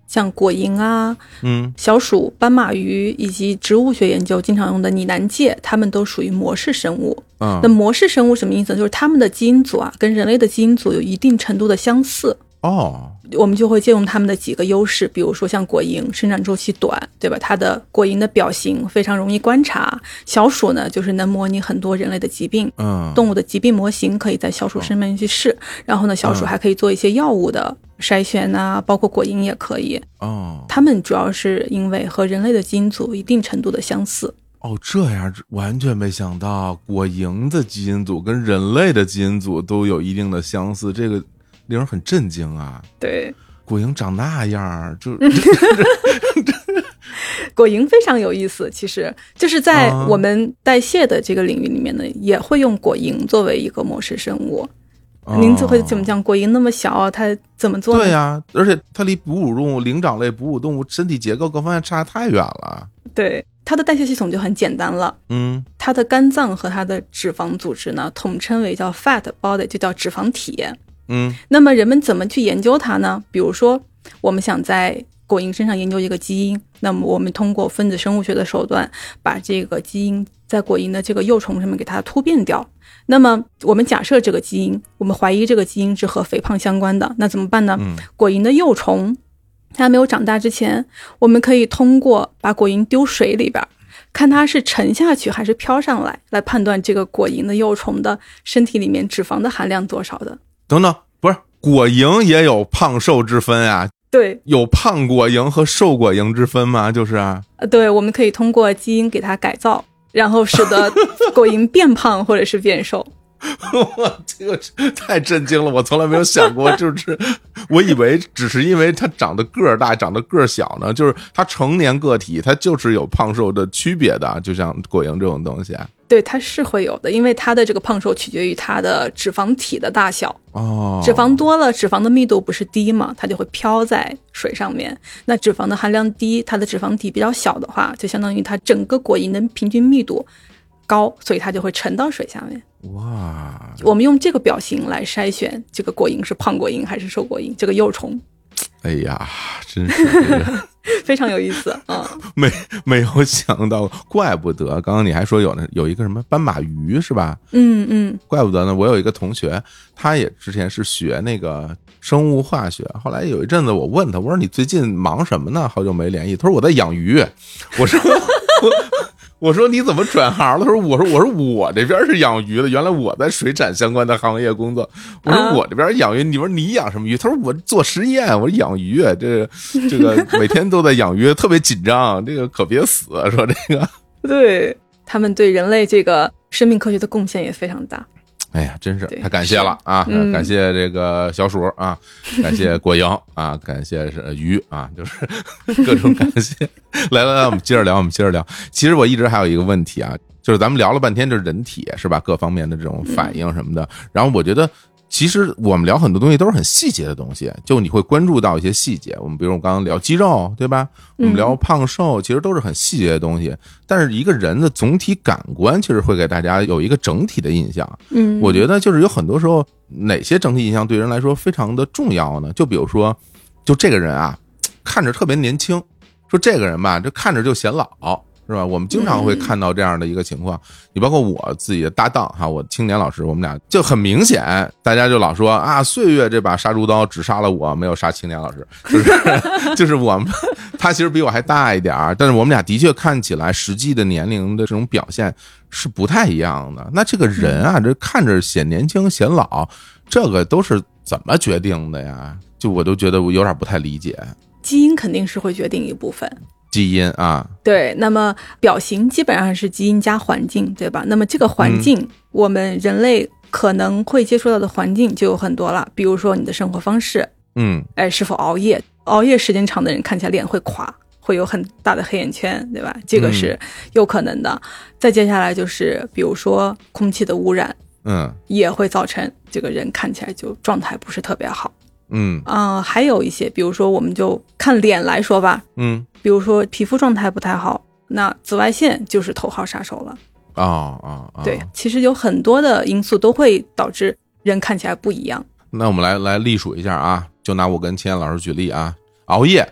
像果蝇啊、 嗯， 小鼠、斑马鱼以及植物学研究经常用的拟南芥，它们都属于膜式生物。 嗯， 那膜式生物什么意思呢？就是它们的基因组啊，跟人类的基因组有一定程度的相似。 哦， 我们就会借用它们的几个优势，比如说像果蝇生长周期短，对吧？它的果蝇的表型非常容易观察。小鼠呢，就是能模拟很多人类的疾病， 嗯， 动物的疾病模型可以在小鼠身上去试。然后呢，小鼠还可以做一些药物的筛选啊，包括果蝇也可以。 哦， 它们主要是因为和人类的基因组有一定程度的相似。 哦，这样完全没想到，果蝇的基因组跟人类的基因组都有一定的相似，这个令人很震惊啊！ 对， 果蝇长那样，就果蝇非常有意思。其实就是在我们代谢的这个领域里面呢，也会用果蝇作为一个模式生物。 哦、 您会怎么讲？果蝇那么小，它怎么做呢？ 对呀、啊，而且它离哺乳动物、灵长类哺乳动物身体结构各方面差太远了。 对，它的代谢系统就很简单了。 嗯， 它的肝脏和它的脂肪组织呢，统称为叫 fat body， 就叫脂肪体。 嗯， 那么人们怎么去研究它呢？比如说，我们想在果蝇身上研究一个基因，那么我们通过分子生物学的手段，把这个基因在果蝇的这个幼虫上面给它突变掉。那么我们假设这个基因，我们怀疑这个基因是和肥胖相关的，那怎么办呢？ 嗯、 果蝇的幼虫它没有长大之前，我们可以通过把果蝇丢水里边，看它是沉下去还是飘上来，来判断这个果蝇的幼虫的身体里面脂肪的含量多少的。 等等，不是果蝇也有胖瘦之分啊？ 对， 有胖果蝇和瘦果蝇之分吗？就是啊， 对，我们可以通过基因给它改造，然后使得果蝇变胖或者是变瘦。 哇，这个太震惊了！我从来没有想过，就是我以为只是因为它长得个儿大、长得个儿小呢，就是它成年个体，它就是有胖瘦的区别的，就像果蝇这种东西。 对，它是会有的，因为它的这个胖瘦取决于它的脂肪体的大小。 哦， 脂肪多了，脂肪的密度不是低嘛，它就会飘在水上面。那脂肪的含量低，它的脂肪体比较小的话，就相当于它整个果蝇的平均密度高，所以它就会沉到水下面。 哇， 我们用这个表型来筛选这个果蝇是胖果蝇还是瘦果蝇，这个幼虫。 哎呀，真是、这个、 非常有意思啊！ 没没有想到，怪不得刚刚你还说有呢，有一个什么斑马鱼是吧？ 嗯嗯， 怪不得呢。我有一个同学，他也之前是学那个生物化学，后来有一阵子我问他，我说你最近忙什么呢？好久没联系，他说我在养鱼。我说我。我说你怎么转行了？他说我说我说我这边是养鱼的，原来我在水产相关的行业工作。我说我这边养鱼，你说你养什么鱼？他说我做实验，我养鱼，这这个每天都在养鱼，特别紧张，这个可别死。说这个， 对他们对人类这个生命科学的贡献也非常大。 哎呀，真是太感谢了啊！ 嗯、 感谢这个小鼠啊，感谢果蝇啊，感谢是鱼啊，就是各种感谢。来来来，我们接着聊，我们接着聊。其实我一直还有一个问题啊，就是咱们聊了半天，这人体是吧，各方面的这种反应什么的，嗯、然后我觉得。其实我们聊很多东西都是很细节的东西，就你会关注到一些细节。我们比如我刚刚聊肌肉，对吧？我们聊胖瘦，其实都是很细节的东西。但是一个人的总体感官，其实会给大家有一个整体的印象。 嗯， 我觉得就是有很多时候，哪些整体印象对人来说非常的重要呢？就比如说，就这个人啊，看着特别年轻，说这个人吧，这看着就显老。是吧？我们经常会看到这样的一个情况，你包括我自己的搭档哈，我青年老师，我们俩就很明显，大家就老说啊，岁月这把杀猪刀只杀了我，没有杀青年老师，就是就是我们他其实比我还大一点，但是我们俩的确看起来实际的年龄的这种表现是不太一样的。那这个人啊，这看着显年轻显老，这个都是怎么决定的呀？就我都觉得我有点不太理解。 基因肯定是会决定一部分。 基因啊， 对，那么表型基本上是基因加环境，对吧？那么这个环境，嗯、我们人类可能会接触到的环境就有很多了，比如说你的生活方式， 嗯， 哎，是否熬夜？熬夜时间长的人看起来脸会垮，会有很大的黑眼圈，对吧？这个是有可能的。嗯、再接下来就是，比如说空气的污染， 嗯， 也会造成这个人看起来就状态不是特别好。 嗯啊、呃，还有一些，比如说我们就看脸来说吧， 嗯， 比如说皮肤状态不太好，那紫外线就是头号杀手了。 哦哦哦， 对，其实有很多的因素都会导致人看起来不一样。 那我们来来例数一下啊，就拿我跟千老师举例啊，熬夜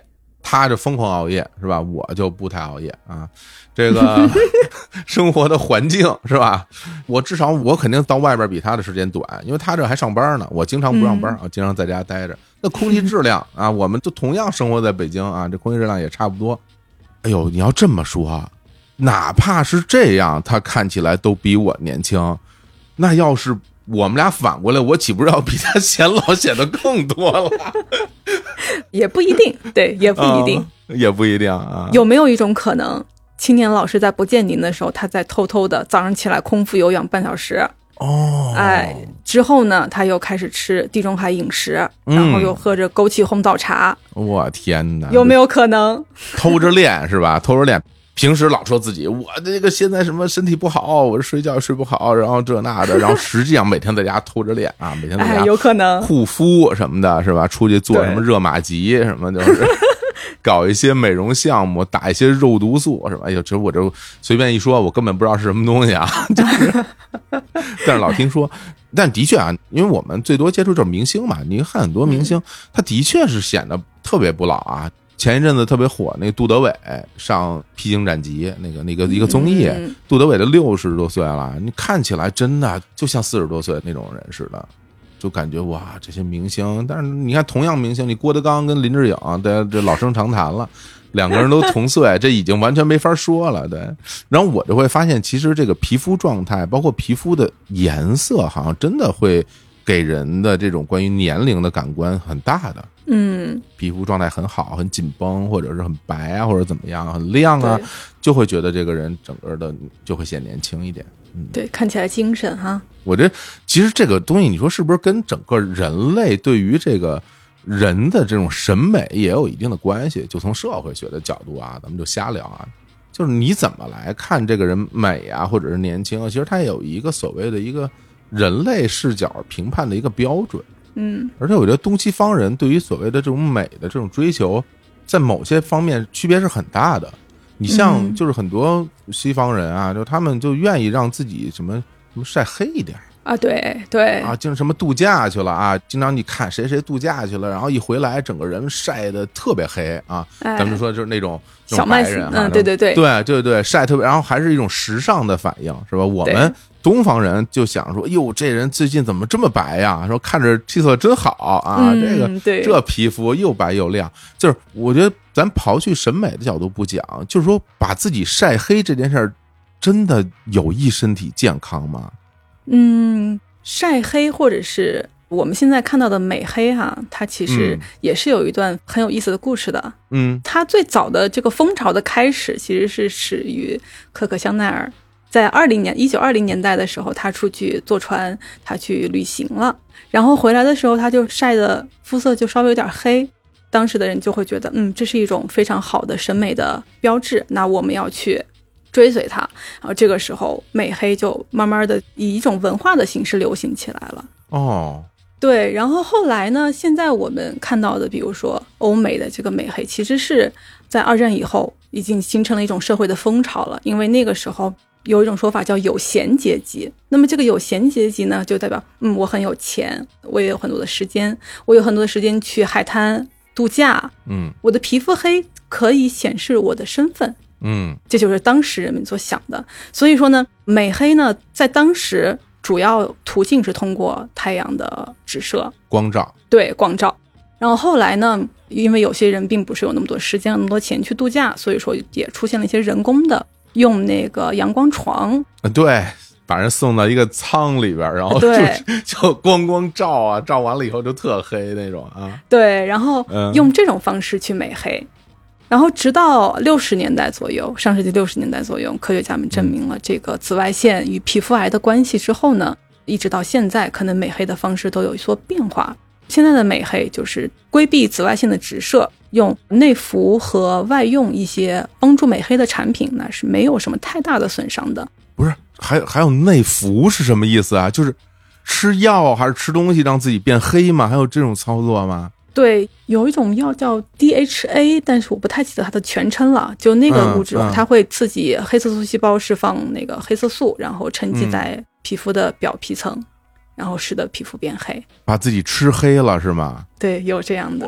他就疯狂熬夜是吧？我就不太熬夜啊。这个生活的环境是吧？我至少我肯定到外边比他的时间短，因为他这还上班呢，我经常不上班，我经常在家待着。那空气质量啊，我们就同样生活在北京啊，这空气质量也差不多。哎呦，你要这么说，哪怕是这样，他看起来都比我年轻。那要是我们俩反过来，我岂不是要比他显老显得更多了？ 也不一定，对，也不一定， 嗯、也不一定啊。 有没有一种可能，青年老师在不见您的时候，他在偷偷的早上起来空腹有氧半小时？ 哦， 哎，之后呢，他又开始吃地中海饮食，然后又喝着枸杞红枣茶。 我、嗯、天哪， 有没有可能偷着练是吧？偷着练。平时老说自己我这个现在什么身体不好，我睡觉睡不好，然后这那的，然后实际上每天在家偷着练啊，每天在家哎，有可能护肤什么的，是吧？出去做什么热玛吉什么，就是搞一些美容项目，打一些肉毒素，是吧？哎呦，这我这随便一说，我根本不知道是什么东西啊，就是，但是老听说。但的确啊，因为我们最多接触就是明星嘛，你看很多明星，他的确是显得特别不老啊。前一阵子特别火那个杜德伟上《披荆斩棘》那个那个一个综艺，嗯、杜德伟的六十多岁了，你看起来真的就像四十多岁那种人似的，就感觉哇，这些明星。但是你看同样明星，你郭德纲跟林志颖，对，这老生常谈了，两个人都同岁，这已经完全没法说了，对。然后我就会发现，其实这个皮肤状态，包括皮肤的颜色，好像真的会给人的这种关于年龄的感官很大的。 嗯， 皮肤状态很好，很紧绷，或者是很白啊，或者怎么样，很亮啊，就会觉得这个人整个的就会显年轻一点。嗯， 对，看起来精神哈。 我觉得其实这个东西，你说是不是跟整个人类对于这个人的这种审美也有一定的关系？就从社会学的角度啊，咱们就瞎聊啊，就是你怎么来看这个人美啊，或者是年轻啊，其实它有一个所谓的一个人类视角评判的一个标准。 嗯， 而且我觉得东西方人对于所谓的这种美的这种追求，在某些方面区别是很大的。你像就是很多西方人啊，就他们就愿意让自己什么什么晒黑一点啊，对对啊，经常什么度假去了啊，经常你看谁谁度假去了，然后一回来整个人晒得特别黑啊， 哎、 咱们就说就是那种小麦人， 嗯，对对对对对对，晒特别，然后还是一种时尚的反应，是吧？我们东方人就想说，哟，这人最近怎么这么白呀？说看着气色真好啊， 嗯、 这个这皮肤又白又亮。就是我觉得咱刨去审美的角度不讲，就是说把自己晒黑这件事儿，真的有益身体健康吗？ 嗯，晒黑或者是我们现在看到的美黑哈、啊，它其实也是有一段很有意思的故事的。 嗯， 它最早的这个风潮的开始其实是始于可可香奈儿。在二零年一九二零年代的时候，他出去坐船，他去旅行了，然后回来的时候，他就晒的肤色就稍微有点黑。当时的人就会觉得，嗯，这是一种非常好的审美的标志，那我们要去追随它。然后这个时候，美黑就慢慢的以一种文化的形式流行起来了。 哦， 对，然后后来呢，现在我们看到的，比如说欧美的这个美黑，其实是在二战以后已经形成了一种社会的风潮了，因为那个时候。有一种说法叫有闲阶级，那么这个有闲阶级呢，就代表嗯，我很有钱，我也有很多的时间，我有很多的时间去海滩度假， 嗯， 我的皮肤黑可以显示我的身份， 嗯， 这就是当时人们所想的。所以说呢，美黑呢，在当时主要途径是通过太阳的直射光照，对， 光照。然后后来呢，因为有些人并不是有那么多时间那么多钱去度假，所以说也出现了一些人工的用那个阳光床， 对，把人送到一个舱里边，然后就就光光照啊，照完了以后就特黑那种啊。 对，然后用这种方式去美黑，嗯、然后直到六十年代左右，上世纪六十年代左右，科学家们证明了这个紫外线与皮肤癌的关系之后呢，一直到现在，可能美黑的方式都有所变化。现在的美黑就是规避紫外线的直射，用内服和外用一些帮助美黑的产品，那是没有什么太大的损伤的。 不是，还还有内服是什么意思啊？就是吃药还是吃东西让自己变黑吗？还有这种操作吗？ 对，有一种药叫 D H A， 但是我不太记得它的全称了。就那个物质，嗯嗯、它会刺激黑色素细胞释放那个黑色素，然后沉积在皮肤的表皮层。嗯，然后使得皮肤变黑， 把自己吃黑了是吗？ 对，有这样的。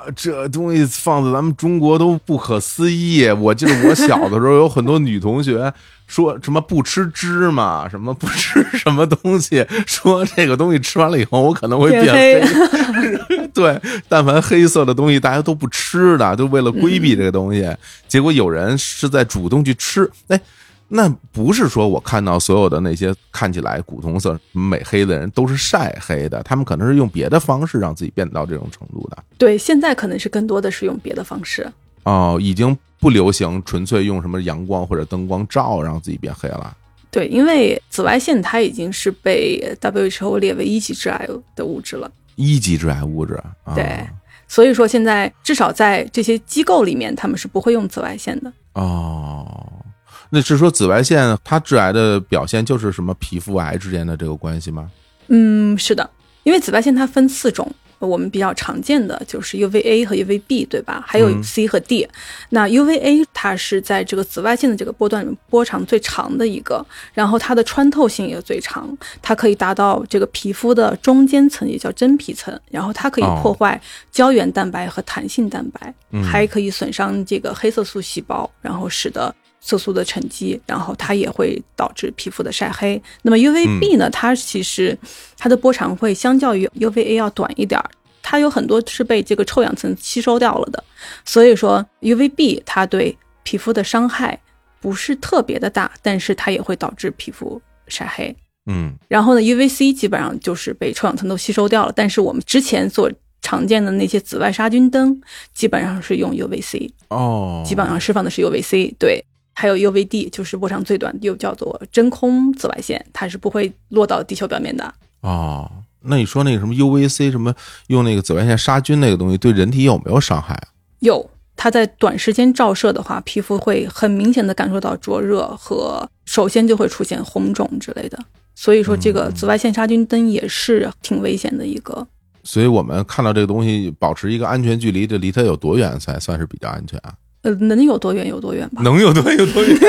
这东西放在咱们中国都不可思议。我记得我小的时候有很多女同学说什么不吃芝麻，什么不吃什么东西，说这个东西吃完了以后我可能会变黑。对，但凡黑色的东西大家都不吃的，就为了规避这个东西。嗯、结果有人是在主动去吃，哎。那不是说我看到所有的那些看起来古铜色美黑的人都是晒黑的，他们可能是用别的方式让自己变到这种程度的。 对，现在可能是更多的是用别的方式。 哦，已经不流行纯粹用什么阳光或者灯光照让自己变黑了。 对，因为紫外线它已经是被 W H O 列为一级致癌的物质了。 一级致癌物质。 哦、对，所以说现在至少在这些机构里面，他们是不会用紫外线的。 哦。那是说紫外线它致癌的表现就是什么皮肤癌之间的这个关系吗？ 嗯，是的，因为紫外线它分四种，我们比较常见的就是 U V A 和 U V B 对吧，还有 C 和 D、嗯、那 U V A 它是在这个紫外线的这个波段里面波长最长的一个，然后它的穿透性也最长，它可以达到这个皮肤的中间层，也叫真皮层，然后它可以破坏胶原蛋白和弹性蛋白、哦、还可以损伤这个黑色素细胞，然后使得色素的沉积，然后它也会导致皮肤的晒黑。那么 U V B 呢、嗯、它其实它的波长会相较于 U V A 要短一点，它有很多是被这个臭氧层吸收掉了的，所以说 U V B 它对皮肤的伤害不是特别的大，但是它也会导致皮肤晒黑。 嗯， 然后呢 U V C 基本上就是被臭氧层都吸收掉了，但是我们之前所常见的那些紫外杀菌灯基本上是用 U V C 哦， 基本上释放的是 U V C。 对，还有 U V D 就是波长最短，又叫做真空紫外线，它是不会落到地球表面的。 哦，那你说那个什么 U V C 什么用那个紫外线杀菌那个东西对人体有没有伤害啊？ 有，它在短时间照射的话，皮肤会很明显的感受到灼热和首先就会出现红肿之类的，所以说这个紫外线杀菌灯也是挺危险的一个、嗯、 所以我们看到这个东西保持一个安全距离，这离它有多远才算是比较安全啊？ 呃，能有多远有多远吧， 能有多远有多远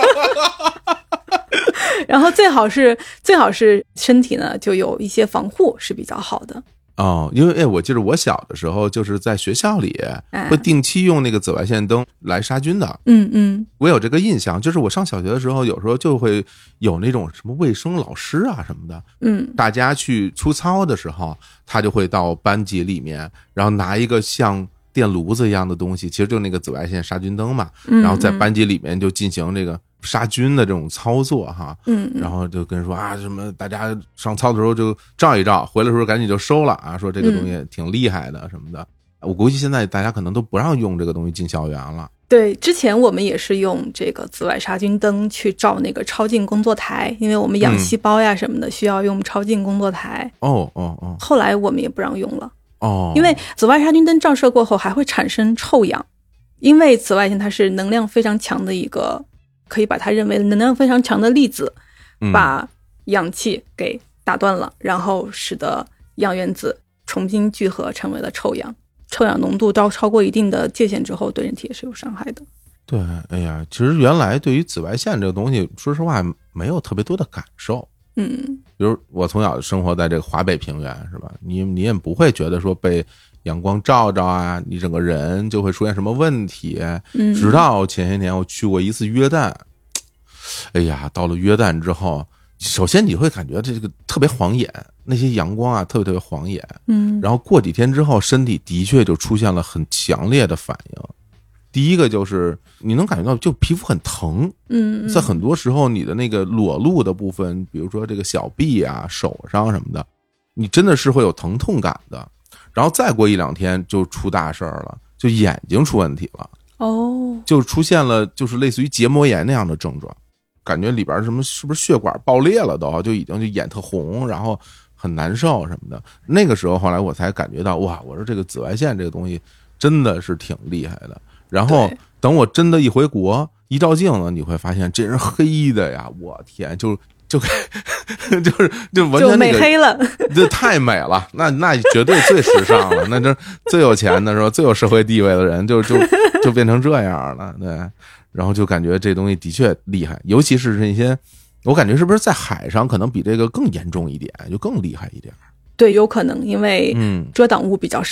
然后最好是最好是身体呢就有一些防护是比较好的。 哦，因为哎，我记得我小的时候就是在学校里会定期用那个紫外线灯来杀菌的。 嗯嗯， 我有这个印象，就是我上小学的时候，有时候就会有那种什么卫生老师啊什么的， 嗯， 大家去出操的时候，他就会到班级里面，然后拿一个像电炉子一样的东西，其实就是那个紫外线杀菌灯嘛， 嗯嗯， 然后在班级里面就进行这个杀菌的这种操作哈， 嗯， 然后就跟人说啊，什么大家上操的时候就照一照，回来的时候赶紧就收了啊，说这个东西挺厉害的什么的。我估计现在大家可能都不让用这个东西进校园了。 对，之前我们也是用这个紫外杀菌灯去照那个超净工作台，因为我们养细胞呀什么的、嗯、需要用超净工作台。 哦哦哦， 后来我们也不让用了。 哦， 因为紫外杀菌灯照射过后还会产生臭氧，因为紫外线它是能量非常强的一个，可以把它认为能量非常强的粒子，把氧气给打断了，然后使得氧原子重新聚合成为了臭氧。臭氧浓度到超过一定的界限之后，对人体也是有伤害的。 对，哎呀，其实原来对于紫外线这个东西，说实话没有特别多的感受。 嗯， 比如我从小生活在这个华北平原，是吧？你你也不会觉得说被阳光照照啊，你整个人就会出现什么问题。 嗯， 直到前些年我去过一次约旦，哎呀，到了约旦之后，首先你会感觉这个特别晃眼，那些阳光啊特别特别晃眼。 嗯， 然后过几天之后，身体的确就出现了很强烈的反应。第一个就是你能感觉到就皮肤很疼， 嗯， 在很多时候你的那个裸露的部分，比如说这个小臂啊、手上什么的，你真的是会有疼痛感的。然后再过一两天就出大事儿了，就眼睛出问题了。 哦， 就出现了就是类似于结膜炎那样的症状，感觉里边什么是不是血管爆裂了都，就已经就眼特红，然后很难受什么的。那个时候后来我才感觉到，哇，我说这个紫外线这个东西真的是挺厉害的。然后等我真的一回国一照镜子，你会发现这人黑的呀，我天，就就就是就完全、那个、 就美黑了， 这太美了，那那绝对最时尚了，那这最有钱的时候最有社会地位的人就就就变成这样了，对。然后就感觉这东西的确厉害，尤其是那些我感觉是不是在海上可能比这个更严重一点，就更厉害一点。 对，有可能因为遮挡物比较少。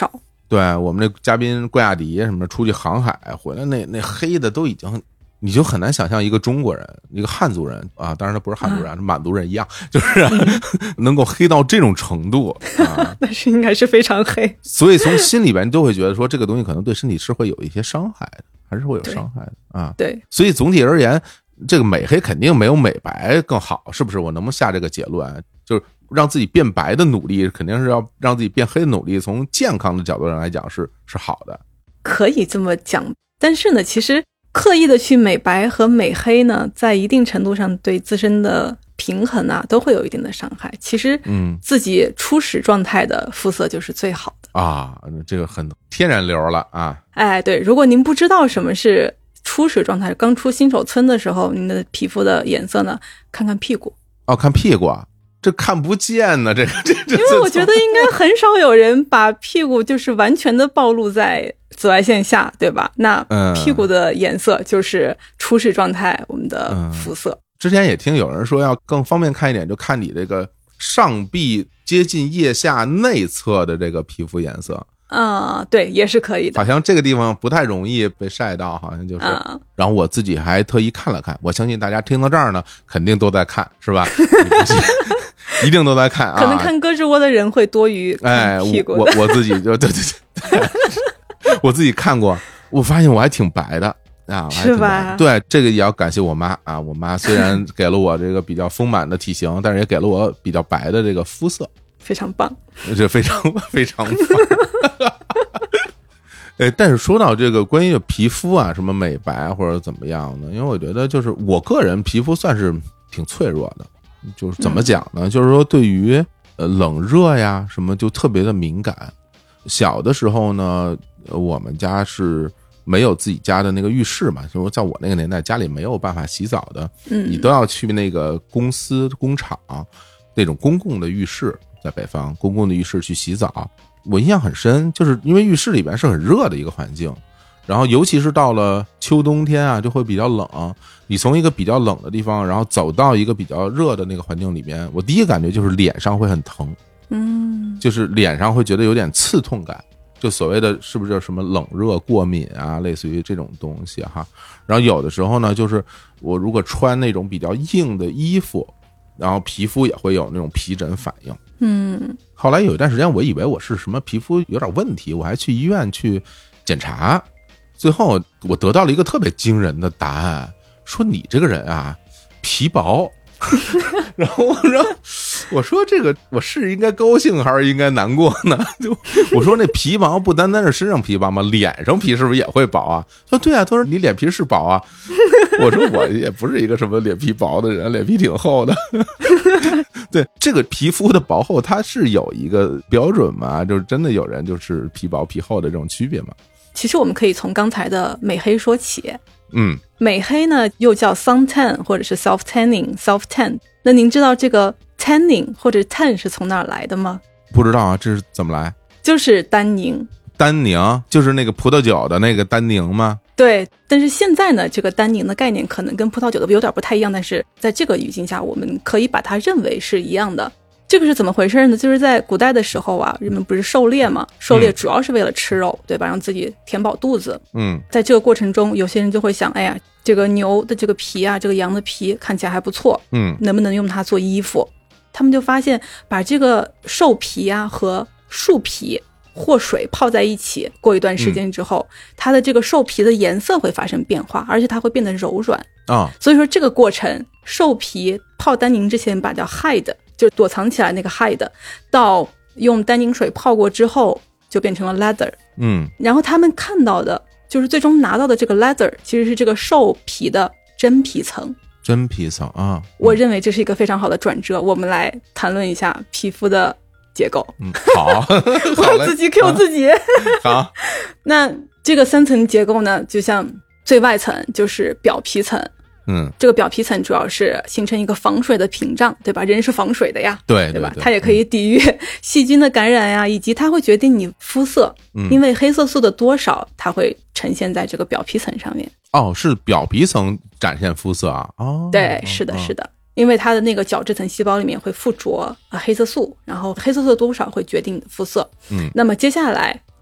对，我们这嘉宾冠亚迪什么出去航海回来，那那黑的都已经。你就很难想象一个中国人，一个汉族人啊，当然他不是汉族人，是、啊、满族人一样，就是能够黑到这种程度啊， 那是应该是非常黑。 所以从心里边都会觉得说，这个东西可能对身体是会有一些伤害的，还是会有伤害的啊。 对， 所以总体而言，这个美黑肯定没有美白更好，是不是？我能不能下这个结论？就是让自己变白的努力，肯定是要让自己变黑的努力，从健康的角度上来讲是是好的， 可以这么讲。但是呢，其实。刻意的去美白和美黑呢，在一定程度上对自身的平衡啊，都会有一定的伤害。其实，嗯，自己初始状态的肤色就是最好的啊，这个很天然流了啊。 哎，对，如果您不知道什么是初始状态，刚出新手村的时候，您的皮肤的颜色呢，看看屁股。 哦，看屁股啊。这看不见呢，这个这这， 因为我觉得应该很少有人把屁股就是完全的暴露在紫外线下，对吧？那屁股的颜色就是初始状态我们的肤色。嗯、 之前也听有人说，要更方便看一点，就看你这个上臂接近腋下内侧的这个皮肤颜色。 啊、嗯，对，也是可以的。 好像这个地方不太容易被晒到，好像就是。嗯、然后我自己还特意看了看，我相信大家听到这儿呢，肯定都在看，是吧？一定都在看啊！ 可能看胳肢窝的人会多于看屁股的。 哎，我我自己就对对对，我自己看过，我发现我还挺白的啊， 是吧？ 对，这个也要感谢我妈啊！我妈虽然给了我这个比较丰满的体型，但是也给了我比较白的这个肤色， 非常棒， 这非常非常棒。哎，但是说到这个关于皮肤啊，什么美白或者怎么样呢？因为我觉得就是我个人皮肤算是挺脆弱的。就是怎么讲呢、嗯、就是说对于呃冷热呀什么就特别的敏感。小的时候呢我们家是没有自己家的那个浴室嘛，就是在我那个年代家里没有办法洗澡的，嗯，你都要去那个公司工厂那种公共的浴室，在北方公共的浴室去洗澡。我印象很深，就是因为浴室里边是很热的一个环境，然后尤其是到了秋冬天啊就会比较冷，你从一个比较冷的地方然后走到一个比较热的那个环境里面，我第一个感觉就是脸上会很疼，嗯，就是脸上会觉得有点刺痛感，就所谓的是不是什么冷热过敏啊，类似于这种东西哈。然后有的时候呢就是我如果穿那种比较硬的衣服，然后皮肤也会有那种皮疹反应，嗯，后来有一段时间我以为我是什么皮肤有点问题，我还去医院去检查，最后我得到了一个特别惊人的答案，说你这个人啊皮薄。然后然后我说这个我是应该高兴还是应该难过呢？就我说那皮薄不单单是身上皮薄吗？脸上皮是不是也会薄啊？说对啊，他说你脸皮是薄啊。我说我也不是一个什么脸皮薄的人，脸皮挺厚的。对，这个皮肤的薄厚它是有一个标准吗？就是真的有人就是皮薄皮厚的这种区别吗？ 其实我们可以从刚才的美黑说起。 嗯， 美黑呢又叫 suntan 或者是 self tanning self tan。 那您知道这个 tanning 或者 tan 是从哪儿来的吗？ 不知道啊，这是怎么来？ 就是单宁。 单宁就是那个葡萄酒的那个单宁吗？ 对，但是现在呢这个单宁的概念可能跟葡萄酒的有点不太一样，但是在这个语境下我们可以把它认为是一样的。这个是怎么回事呢？就是在古代的时候啊，人们不是狩猎嘛，狩猎主要是为了吃肉，嗯、对吧？让自己填饱肚子。嗯，在这个过程中，有些人就会想，哎呀，这个牛的这个皮啊，这个羊的皮看起来还不错，嗯，能不能用它做衣服？他们就发现，把这个兽皮啊和树皮或水泡在一起，过一段时间之后，嗯、它的这个兽皮的颜色会发生变化，而且它会变得柔软啊。所以说这个过程，兽皮泡单宁之前把叫 hide。就躲藏起来那个 hide， 到用单宁水泡过之后就变成了 leather。 嗯，然后他们看到的就是最终拿到的这个 leather 其实是这个兽皮的真皮层。 真皮层啊， 我认为这是一个非常好的转折。我们来谈论一下皮肤的结构。 嗯，好， 我自己 Q 自己。 好， 那这个三层结构呢，就像最外层就是表皮层。嗯，这个表皮层主要是形成一个防水的屏障，对吧？人是防水的呀， 对对吧？它也可以抵御细菌的感染呀，嗯、以及它会决定你肤色，嗯、因为黑色素的多少，它会呈现在这个表皮层上面。 哦，是表皮层展现肤色啊？哦， 对，是的，是的，哦、因为它的那个角质层细胞里面会附着呃黑色素，然后黑色素的多少会决定你的肤色。嗯，那么接下来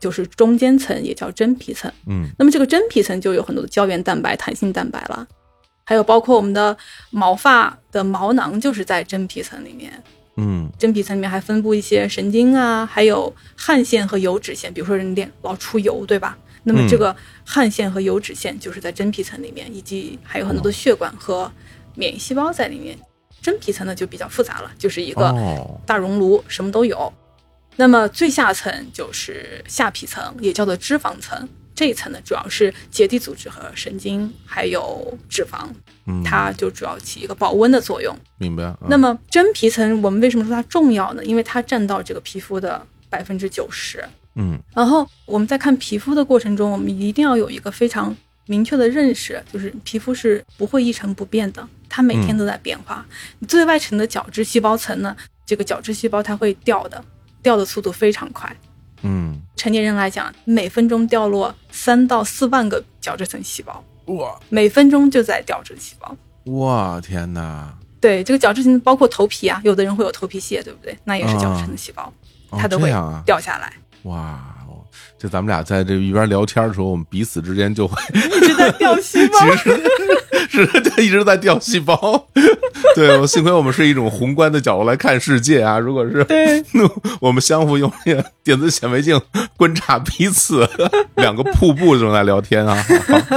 就是中间层，也叫真皮层。 嗯， 那么这个真皮层就有很多的胶原蛋白、弹性蛋白了，还有包括我们的毛发的毛囊就是在真皮层里面。 嗯， 真皮层里面还分布一些神经啊，还有汗腺和油脂腺，比如说人脸老出油，对吧？那么这个汗腺和油脂腺就是在真皮层里面，以及还有很多的血管和免疫细胞在里面。真皮层呢就比较复杂了，就是一个大熔炉，什么都有。那么最下层就是下皮层，也叫做脂肪层。这一层呢主要是结缔组织和神经还有脂肪，它就主要起一个保温的作用。 明白。嗯、 那么真皮层我们为什么说它重要呢？因为它占到这个皮肤的百分之九十。 嗯， 然后我们在看皮肤的过程中，我们一定要有一个非常明确的认识，就是皮肤是不会一成不变的，它每天都在变化。嗯、最外层的角质细胞层呢，这个角质细胞它会掉的，掉的速度非常快。 嗯， 成年人来讲，每分钟掉落三到四万个角质层细胞， 哇， 每分钟就在掉这个细胞。 哇，天哪！ 对，这个角质层包括头皮啊，有的人会有头皮屑，对不对？那也是角质层的细胞， 哦、 它都会掉下来。 哦啊、哇！就咱们俩在这一边聊天的时候，我们彼此之间就会一直在掉细胞， 其实是是一直在掉细胞。对，我幸亏我们是一种宏观的角度来看世界啊。如果是对， 我们相互用那个电子显微镜观察彼此，两个瀑布正在聊天啊。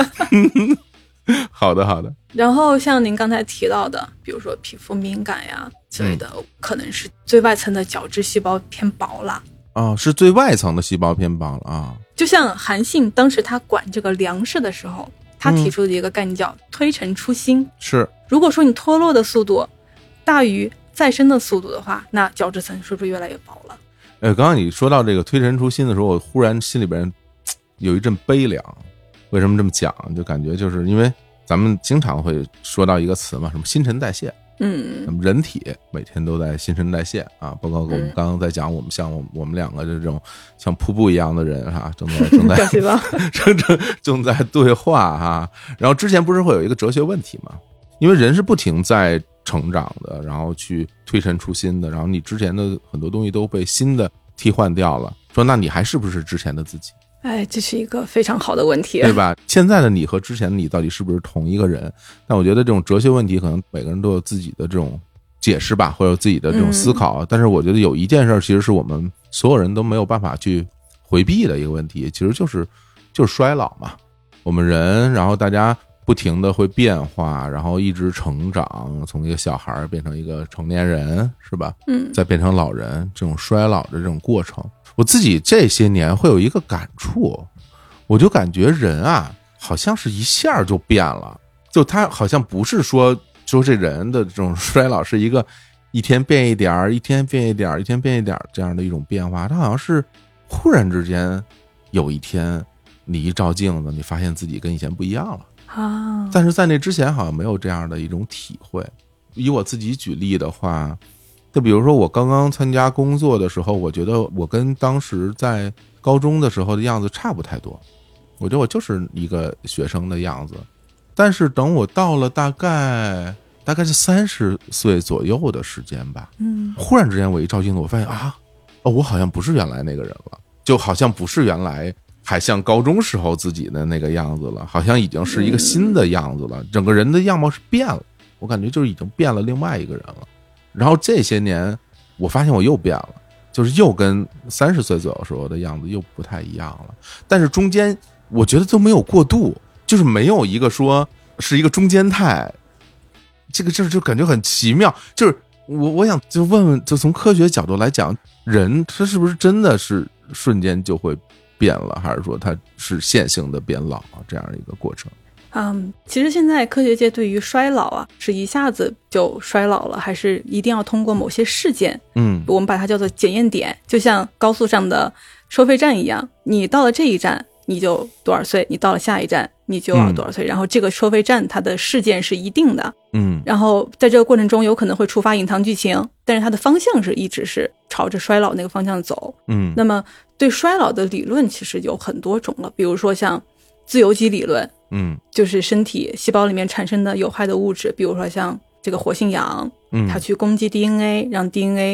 好的，好的。 然后像您刚才提到的，比如说皮肤敏感呀之类的，嗯、可能是最外层的角质细胞偏薄了。 哦，是最外层的细胞偏薄了啊。 就像韩信当时他管这个粮食的时候，他提出的一个概念叫推陈出新。 嗯、是， 如果说你脱落的速度大于再生的速度的话，那角质层是不是越来越薄了？ 呃，刚刚你说到这个推陈出新的时候，我忽然心里边有一阵悲凉。为什么这么讲？就感觉就是因为咱们经常会说到一个词嘛，什么新陈代谢。 嗯， 那么人体每天都在新陈代谢啊，包括我们刚刚在讲，我们像我们我们两个这种像瀑布一样的人哈、啊，正在正在正正正在对话哈、啊。然后之前不是会有一个哲学问题吗？因为人是不停在成长的，然后去推陈出新的，然后你之前的很多东西都被新的替换掉了。说那你还是不是之前的自己？ 哎，这是一个非常好的问题， 对吧？现在的你和之前的你到底是不是同一个人？但我觉得这种哲学问题，可能每个人都有自己的这种解释吧，或者有自己的这种思考。嗯、但是我觉得有一件事，其实是我们所有人都没有办法去回避的一个问题，其实就是就是衰老嘛。我们人，然后大家不停的会变化，然后一直成长，从一个小孩变成一个成年人，是吧？ 嗯， 再变成老人，这种衰老的这种过程。我自己这些年会有一个感触，我就感觉人啊，好像是一下就变了，就他好像不是说说这人的这种衰老是一个一天变一点一天变一点一天变一点这样的一种变化，他好像是忽然之间有一天你一照镜子，你发现自己跟以前不一样了啊。 但是在那之前好像没有这样的一种体会。以我自己举例的话，就比如说我刚刚参加工作的时候，我觉得我跟当时在高中的时候的样子差不太多，我觉得我就是一个学生的样子。但是等我到了大概大概是三十岁左右的时间吧， 嗯， 忽然之间我一照镜子，我发现啊，哦，我好像不是原来那个人了，就好像不是原来还像高中时候自己的那个样子了，好像已经是一个新的样子了，整个人的样貌是变了，我感觉就是已经变了另外一个人了。然后这些年我发现我又变了，就是又跟三十岁左右时候的样子又不太一样了，但是中间我觉得都没有过渡，就是没有一个说是一个中间态，这个就就感觉很奇妙。就是我我想就问问，就从科学角度来讲，人他是不是真的是瞬间就会变了，还是说它是线性的变老这样一个过程？ 嗯，其实现在科学界对于衰老啊，是一下子就衰老了，还是一定要通过某些事件， 嗯， 我们把它叫做检验点，就像高速上的收费站一样，你到了这一站你就多少岁，你到了下一站你就要多少岁，嗯、然后这个收费站它的事件是一定的， 嗯， 然后在这个过程中有可能会触发隐藏剧情，但是它的方向是一直是朝着衰老那个方向走， 嗯， 那么对衰老的理论其实有很多种了，比如说像自由基理论， 嗯， 就是身体细胞里面产生的有害的物质，比如说像这个活性氧， 嗯， 它去攻击 D N A， 让 D N A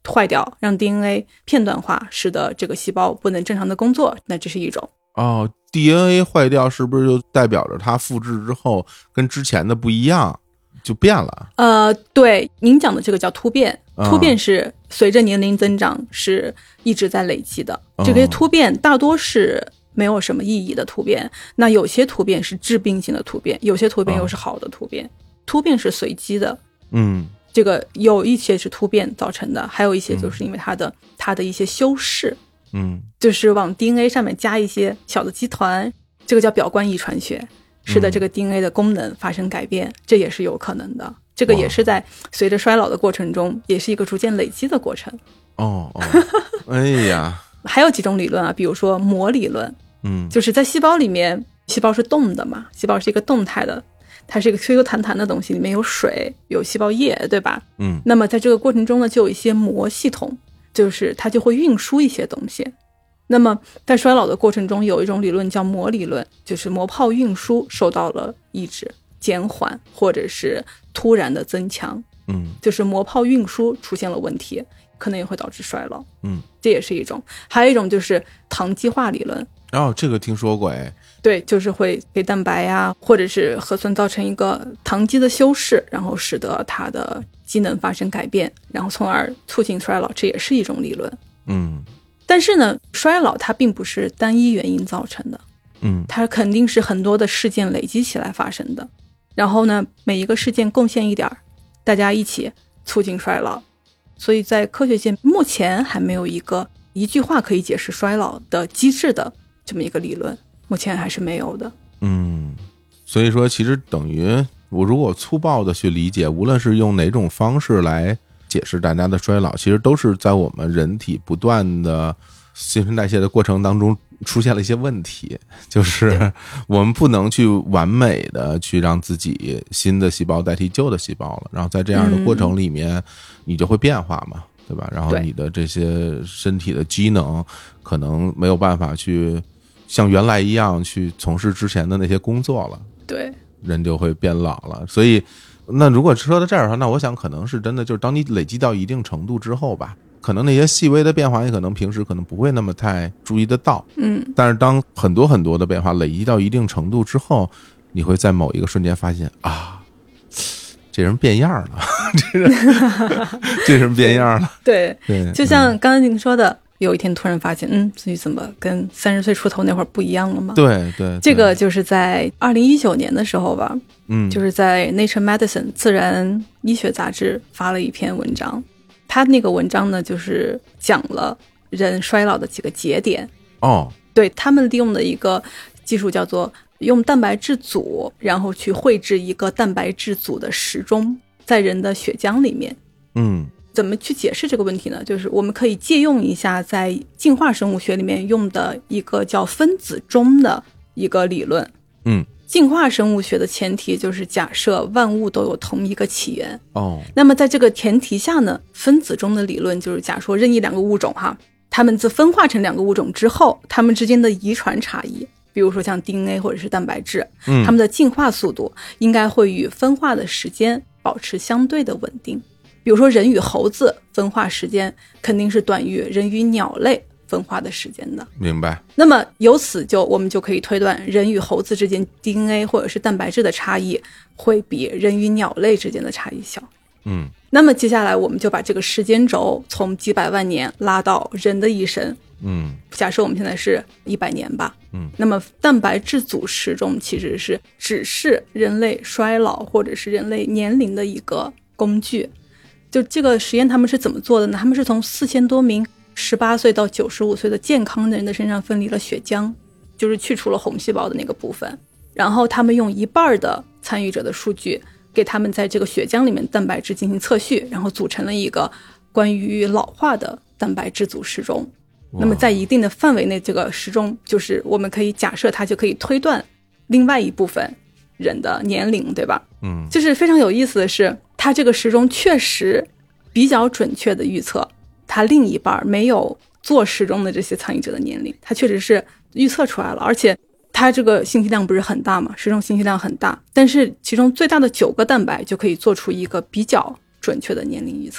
坏掉，让 D N A 片段化，使得这个细胞不能正常的工作，那这是一种。 哦 ，D N A 坏掉是不是就代表着它复制之后跟之前的不一样，就变了？ 呃，对，您讲的这个叫突变， 啊突变是随着年龄增长是一直在累积的， 哦这个突变大多是没有什么意义的突变，那有些突变是致病性的突变，有些突变又是好的突变，突变是随机的， 嗯， 这个有一些是突变造成的，还有一些就是因为它的、嗯、它的一些修饰， 嗯， 就是往 D N A 上面加一些小的基团，这个叫表观遗传学，使得这个 D N A 的功能发生改变，嗯、这也是有可能的。这个也是在随着衰老的过程中，也是一个逐渐累积的过程。 哦哦，哎呀， 还有几种理论啊，比如说膜理论， 嗯， 就是在细胞里面，细胞是动的嘛，细胞是一个动态的，它是一个 Q Q 弹弹的东西，里面有水，有细胞液，对吧？ 嗯， 那么在这个过程中呢，就有一些膜系统，就是它就会运输一些东西。那么在衰老的过程中，有一种理论叫膜理论，就是膜泡运输受到了抑制、减缓或者是突然的增强， 嗯， 就是膜泡运输出现了问题，可能也会导致衰老， 嗯， 这也是一种。还有一种就是糖基化理论， 哦，这个听说过哎， 对，就是会给蛋白呀、啊，或者是核酸造成一个糖基的修饰，然后使得它的机能发生改变，然后从而促进衰老，这也是一种理论。 嗯， 但是呢，衰老它并不是单一原因造成的， 嗯， 它肯定是很多的事件累积起来发生的。然后呢，每一个事件贡献一点，大家一起促进衰老。所以在科学界目前还没有一个一句话可以解释衰老的机制的这么一个理论，目前还是没有的。 嗯，所以说其实等于我如果粗暴的去理解，无论是用哪种方式来解释大家的衰老，其实都是在我们人体不断的新陈代谢的过程当中出现了一些问题，就是我们不能去完美的去让自己新的细胞代替旧的细胞了，然后在这样的过程里面你就会变化嘛，对吧？然后你的这些身体的机能可能没有办法去像原来一样去从事之前的那些工作了， 对， 人就会变老了。所以那如果说到这儿的话，那我想可能是真的就是当你累积到一定程度之后吧，可能那些细微的变化，你可能平时可能不会那么太注意得到，嗯，但是当很多很多的变化累积到一定程度之后，你会在某一个瞬间发现啊，这人变样了，这人这人变样了， 对对， 就像刚才您说的，嗯、有一天突然发现，嗯，自己怎么跟三十岁出头那会儿不一样了吗？ 对 对, 对， 这个就是在二零一九年的时候吧，嗯，就是在 Nature Medicine 自然医学杂志发了一篇文章。他那个文章呢，就是讲了人衰老的几个节点。 哦， 对，他们利用的一个技术叫做用蛋白质组，然后去绘制一个蛋白质组的时钟在人的血浆里面。 嗯， 怎么去解释这个问题呢？就是我们可以借用一下在进化生物学里面用的一个叫分子钟的一个理论。 嗯。 进化生物学的前提就是假设万物都有同一个起源哦。 那么在这个前提下呢，分子钟的理论就是假说任意两个物种哈，它们自分化成两个物种之后，它们之间的遗传差异，比如说像 D N A 或者是蛋白质，嗯，它们的进化速度应该会与分化的时间保持相对的稳定。比如说人与猴子分化时间肯定是短于人与鸟类分化的时间的， 明白。 那么由此就我们就可以推断，人与猴子之间 D N A 或者是蛋白质的差异会比人与鸟类之间的差异小。 嗯， 那么接下来我们就把这个时间轴从几百万年拉到人的一生。 嗯， 假设我们现在是一百年吧。 嗯， 那么蛋白质组时钟其实是只是人类衰老或者是人类年龄的一个工具。就这个实验他们是怎么做的呢？他们是从四千多名十八岁到九十五岁的健康人的身上分离了血浆，就是去除了红细胞的那个部分，然后他们用一半的参与者的数据给他们在这个血浆里面蛋白质进行测序，然后组成了一个关于老化的蛋白质组时钟。那么在一定的范围内，这个时钟就是我们可以假设它就可以推断另外一部分人的年龄，对吧？ 嗯， 就是非常有意思的是，它这个时钟确实比较准确的预测它另一半没有做时钟的这些参与者的年龄，它确实是预测出来了，而且它这个信息量不是很大嘛，时钟信息量很大，但是其中最大的九个蛋白就可以做出一个比较准确的年龄预测。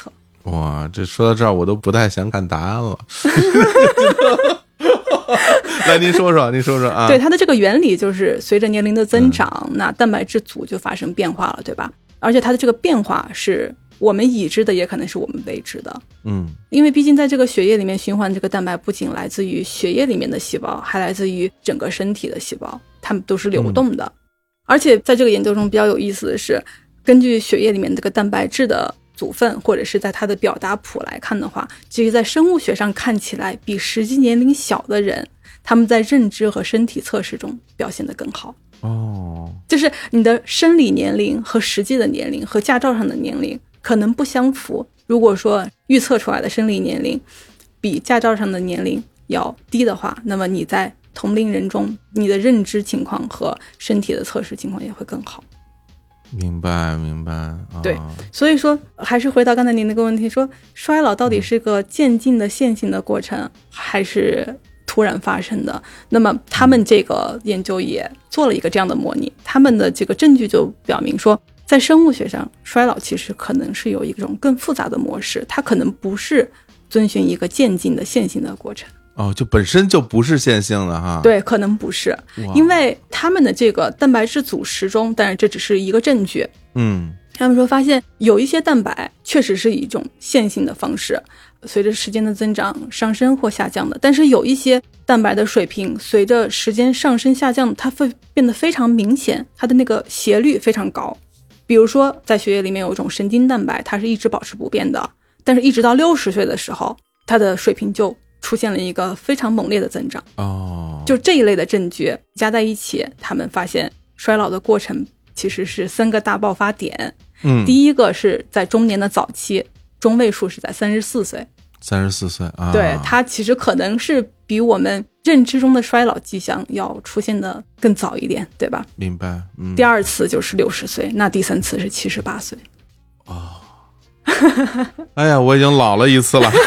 哇，这说到这儿我都不太想看答案了。来，您说说，您说说啊。 对，它的这个原理就是随着年龄的增长，嗯、那蛋白质组就发生变化了，对吧？而且它的这个变化是我们已知的，也可能是我们未知的。 嗯， 因为毕竟在这个血液里面循环，这个蛋白不仅来自于血液里面的细胞，还来自于整个身体的细胞，它们都是流动的。嗯、而且在这个研究中比较有意思的是，根据血液里面这个蛋白质的组分，或者是在它的表达谱来看的话，其实在生物学上看起来比实际年龄小的人，他们在认知和身体测试中表现得更好。 哦， 就是你的生理年龄和实际的年龄和驾照上的年龄可能不相符，如果说预测出来的生理年龄比驾照上的年龄要低的话，那么你在同龄人中你的认知情况和身体的测试情况也会更好。 明白明白、啊、 对，所以说还是回到刚才您那个问题，说衰老到底是个渐进的线性的过程、嗯、还是突然发生的。那么他们这个研究也做了一个这样的模拟，他们的这个证据就表明说，在生物学上衰老其实可能是有一种更复杂的模式，它可能不是遵循一个渐进的线性的过程。 哦，就本身就不是线性的哈。 对，可能不是，因为他们的这个蛋白质组时钟，当然这只是一个证据。 嗯， 他们说发现有一些蛋白确实是以一种线性的方式，随着时间的增长上升或下降的，但是有一些蛋白的水平随着时间上升下降，它会变得非常明显，它的那个斜率非常高。比如说在血液里面有一种神经蛋白，它是一直保持不变的，但是一直到六十岁的时候，它的水平就出现了一个非常猛烈的增长。 哦， 就这一类的证据加在一起，他们发现衰老的过程其实是三个大爆发点。 嗯， 第一个是在中年的早期，中位数是在三十四岁。 三十四岁啊， 对，它其实可能是比我们认知中的衰老迹象要出现的更早一点，对吧？ 明白。嗯， 第二次就是六十岁，那第三次是七十八岁。 哦，哎呀，我已经老了一次了。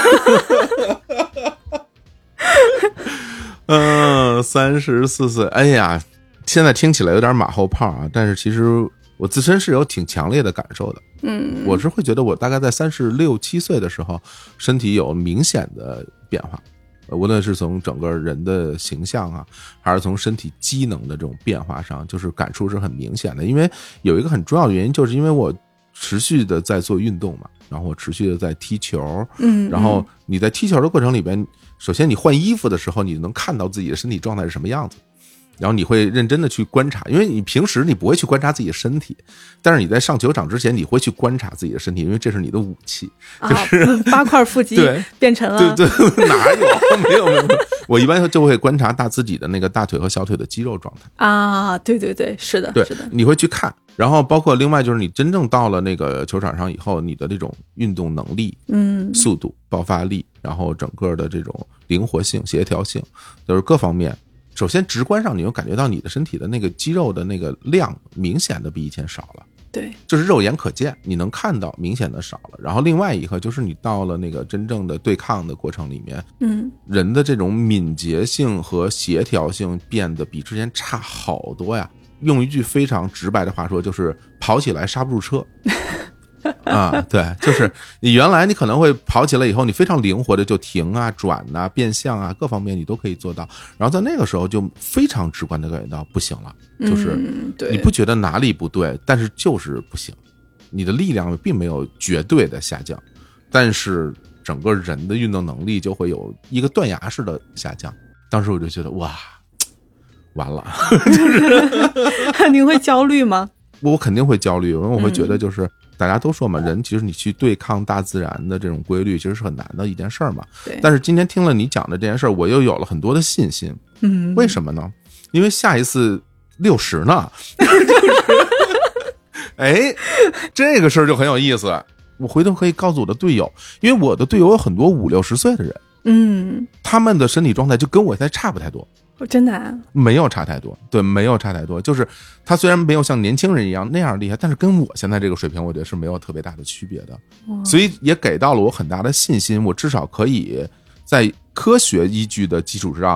嗯，三十四岁，哎呀，现在听起来有点马后炮啊，但是其实我自身是有挺强烈的感受的。 嗯， 我是会觉得我大概在三十六七岁的时候，身体有明显的变化，无论是从整个人的形象啊，还是从身体机能的这种变化上，就是感触是很明显的。因为有一个很重要的原因，就是因为我持续的在做运动嘛，然后我持续的在踢球， 嗯， 然后你在踢球的过程里边，首先你换衣服的时候，你能看到自己的身体状态是什么样子，然后你会认真的去观察，因为你平时你不会去观察自己的身体，但是你在上球场之前你会去观察自己的身体，因为这是你的武器，就是、 啊、八块腹肌变成了对对，哪有没有没有，我一般就会观察大自己的那个大腿和小腿的肌肉状态啊，对对对，是的， 对， 是的， 你会去看。然后包括另外就是你真正到了那个球场上以后，你的这种运动能力、 嗯， 速度、爆发力，然后整个的这种灵活性、协调性，就是各方面。首先直观上你就感觉到你的身体的那个肌肉的那个量明显的比以前少了， 对， 就是肉眼可见，你能看到明显的少了。然后另外一个就是你到了那个真正的对抗的过程里面， 嗯，人的这种敏捷性和协调性变得比之前差好多呀。用一句非常直白的话说，就是跑起来刹不住车。啊，对，就是你原来你可能会跑起来以后，你非常灵活的就停啊、转啊、变向啊，各方面你都可以做到。然后在那个时候就非常直观的感觉到不行了，就是你不觉得哪里不对，但是就是不行。你的力量并没有绝对的下降，但是整个人的运动能力就会有一个断崖式的下降。当时我就觉得哇，完了。 就是你会焦虑吗？ 我肯定会焦虑，因为我会觉得就是。嗯，大家都说嘛，人其实你去对抗大自然的这种规律，其实是很难的一件事儿嘛。 对。 但是今天听了你讲的这件事儿，我又有了很多的信心。 嗯。为什么呢？因为下一次六十呢。就是、哎，这个事儿就很有意思。我回头可以告诉我的队友，因为我的队友有很多五六十岁的人。 嗯。 他们的身体状态就跟我现在差不太多。 真的啊？ 没有差太多，对，没有差太多。就是他虽然没有像年轻人一样那样厉害，但是跟我现在这个水平，我觉得是没有特别大的区别的。所以也给到了我很大的信心，我至少可以在科学依据的基础上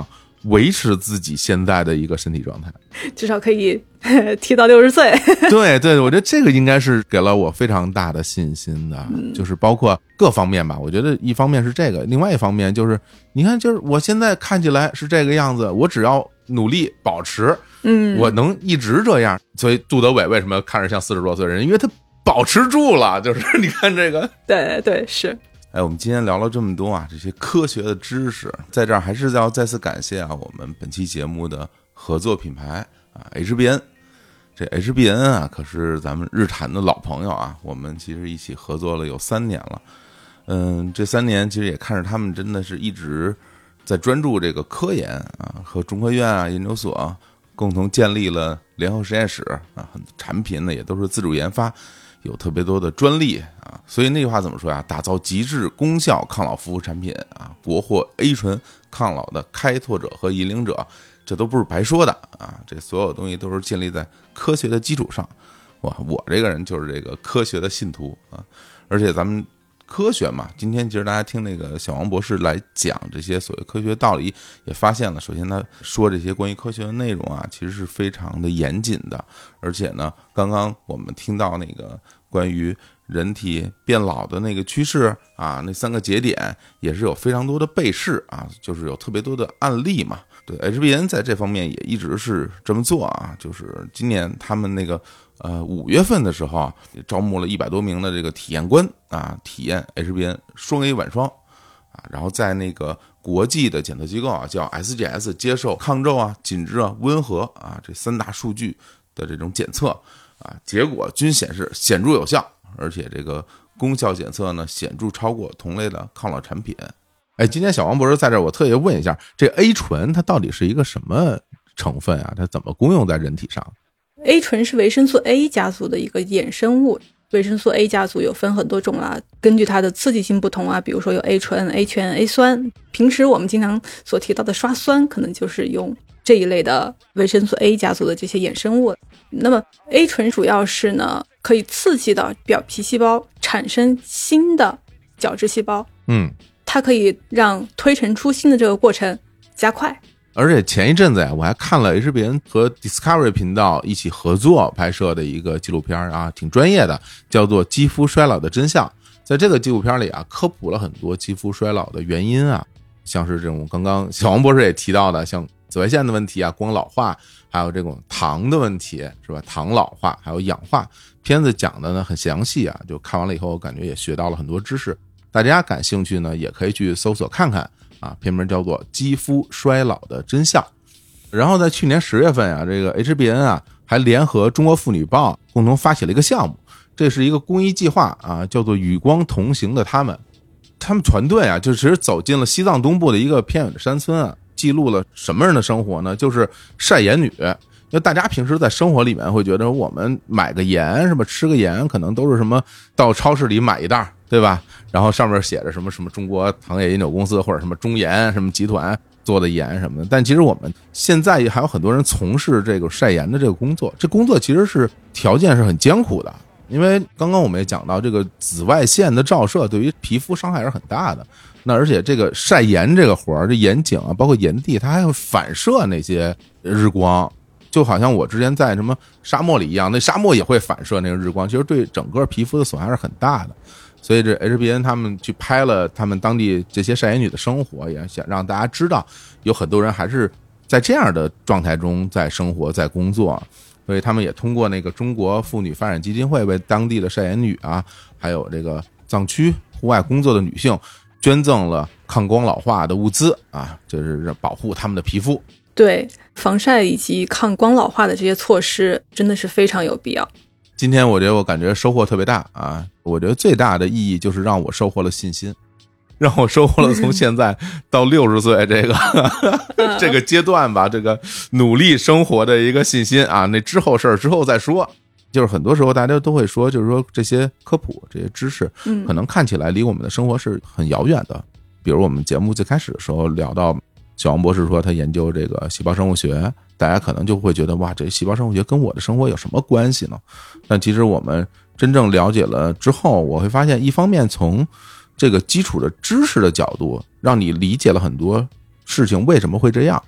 维持自己现在的一个身体状态， 至少可以踢到六十岁。 对对，我觉得这个应该是给了我非常大的信心的，嗯、就是包括各方面吧。我觉得一方面是这个，另外一方面就是你看，就是我现在看起来是这个样子，我只要努力保持，嗯，我能一直这样。所以杜德伟为什么看着像四十多岁的人？因为他保持住了，就是你看这个， 对对是。 哎，我们今天聊了这么多啊，这些科学的知识，在这儿还是要再次感谢啊，我们本期节目的合作品牌啊 H B N。这 H B N 啊，可是咱们日坛的老朋友啊，我们其实一起合作了有三年了。嗯，这三年其实也看着他们真的是一直在专注这个科研啊，和中科院啊研究所、啊、共同建立了联合实验室啊，很多产品呢也都是自主研发。有特别多的专利啊，所以那句话怎么说呀？打造极致功效抗老服务产品啊，国货 A 醇抗老的开拓者和引领者，这都不是白说的啊！这所有东西都是建立在科学的基础上。哇，我这个人就是这个科学的信徒啊！而且咱们科学嘛，今天其实大家听那个小王博士来讲这些所谓科学道理，也发现了，首先他说这些关于科学的内容啊，其实是非常的严谨的，而且呢，刚刚我们听到那个关于人体变老的那个趋势啊，那三个节点也是有非常多的背试啊，就是有特别多的案例嘛。对 H B N 在这方面也一直是这么做啊，就是今年他们那个呃五月份的时候啊，招募了一百多名的这个体验官啊，体验 H B N 双 A 晚霜啊，然后在那个国际的检测机构啊，叫 S G S 接受抗皱啊、紧致啊、温和啊这三大数据的这种检测啊，结果均显示显著有效，而且这个功效检测呢显著超过同类的抗老产品。哎，今天小王博士在这儿，我特意问一下，这 A 醇它到底是一个什么成分啊？它怎么功用在人体上 ？A 醇是维生素 A 家族的一个衍生物，维生素 A 家族有分很多种啦，根据它的刺激性不同啊，比如说有 A 醇、A 醛、A 酸。平时我们经常所提到的刷酸，可能就是用这一类的维生素 A 家族的这些衍生物。那么 A 醇主要是呢，可以刺激到表皮细胞产生新的角质细胞，嗯。它可以让推陈出新的这个过程加快。 而且前一阵子呀，我还看了 H B N 和 Discovery 频道一起合作拍摄的一个纪录片啊，挺专业的，叫做《肌肤衰老的真相》。在这个纪录片里啊，科普了很多肌肤衰老的原因啊，像是这种刚刚小王博士也提到的，像紫外线的问题啊、光老化，还有这种糖的问题，是吧？糖老化，还有氧化。片子讲的呢很详细啊，就看完了以后，我感觉也学到了很多知识。大家感兴趣呢，也可以去搜索看看啊，片名叫做《肌肤衰老的真相》。然后在去年十月份啊，这个 H B N 啊还联合中国妇女报共同发起了一个项目，这是一个公益计划啊，叫做与光同行的他们。他们团队啊，就其实走进了西藏东部的一个偏远的山村啊，记录了什么样的生活呢？就是晒盐女。因为大家平时在生活里面会觉得，我们买个盐什么吃个盐，可能都是什么到超市里买一袋，对吧？然后上面写着什么什么中国糖业研究公司或者什么中盐什么集团做的盐什么的。但其实我们现在还有很多人从事这个晒盐的这个工作，这工作其实是条件是很艰苦的。因为刚刚我们也讲到，这个紫外线的照射对于皮肤伤害是很大的。那而且这个晒盐这个活儿，这盐井啊，包括盐地，它还会反射那些日光。就好像我之前在什么沙漠里一样，那沙漠也会反射那个日光，其实对整个皮肤的损害是很大的。所以这 H B N 他们去拍了他们当地这些晒盐女的生活，也想让大家知道，有很多人还是在这样的状态中在生活在工作。所以他们也通过那个中国妇女发展基金会，为当地的晒盐女啊，还有这个藏区户外工作的女性捐赠了抗光老化的物资啊，就是保护他们的皮肤。 对，防晒以及抗光老化的这些措施真的是非常有必要。 今天我觉得我感觉收获特别大啊！我觉得最大的意义就是让我收获了信心，让我收获了从现在到六十岁这个这个阶段吧，这个努力生活的一个信心啊！那之后事儿之后再说。就是很多时候大家都会说，就是说这些科普这些知识，可能看起来离我们的生活是很遥远的。比如我们节目最开始的时候聊到。小王博士说他研究这个细胞生物学，大家可能就会觉得哇，这细胞生物学跟我的生活有什么关系呢？但其实我们真正了解了之后，我会发现一方面从这个基础的知识的角度让你理解了很多事情为什么会这样，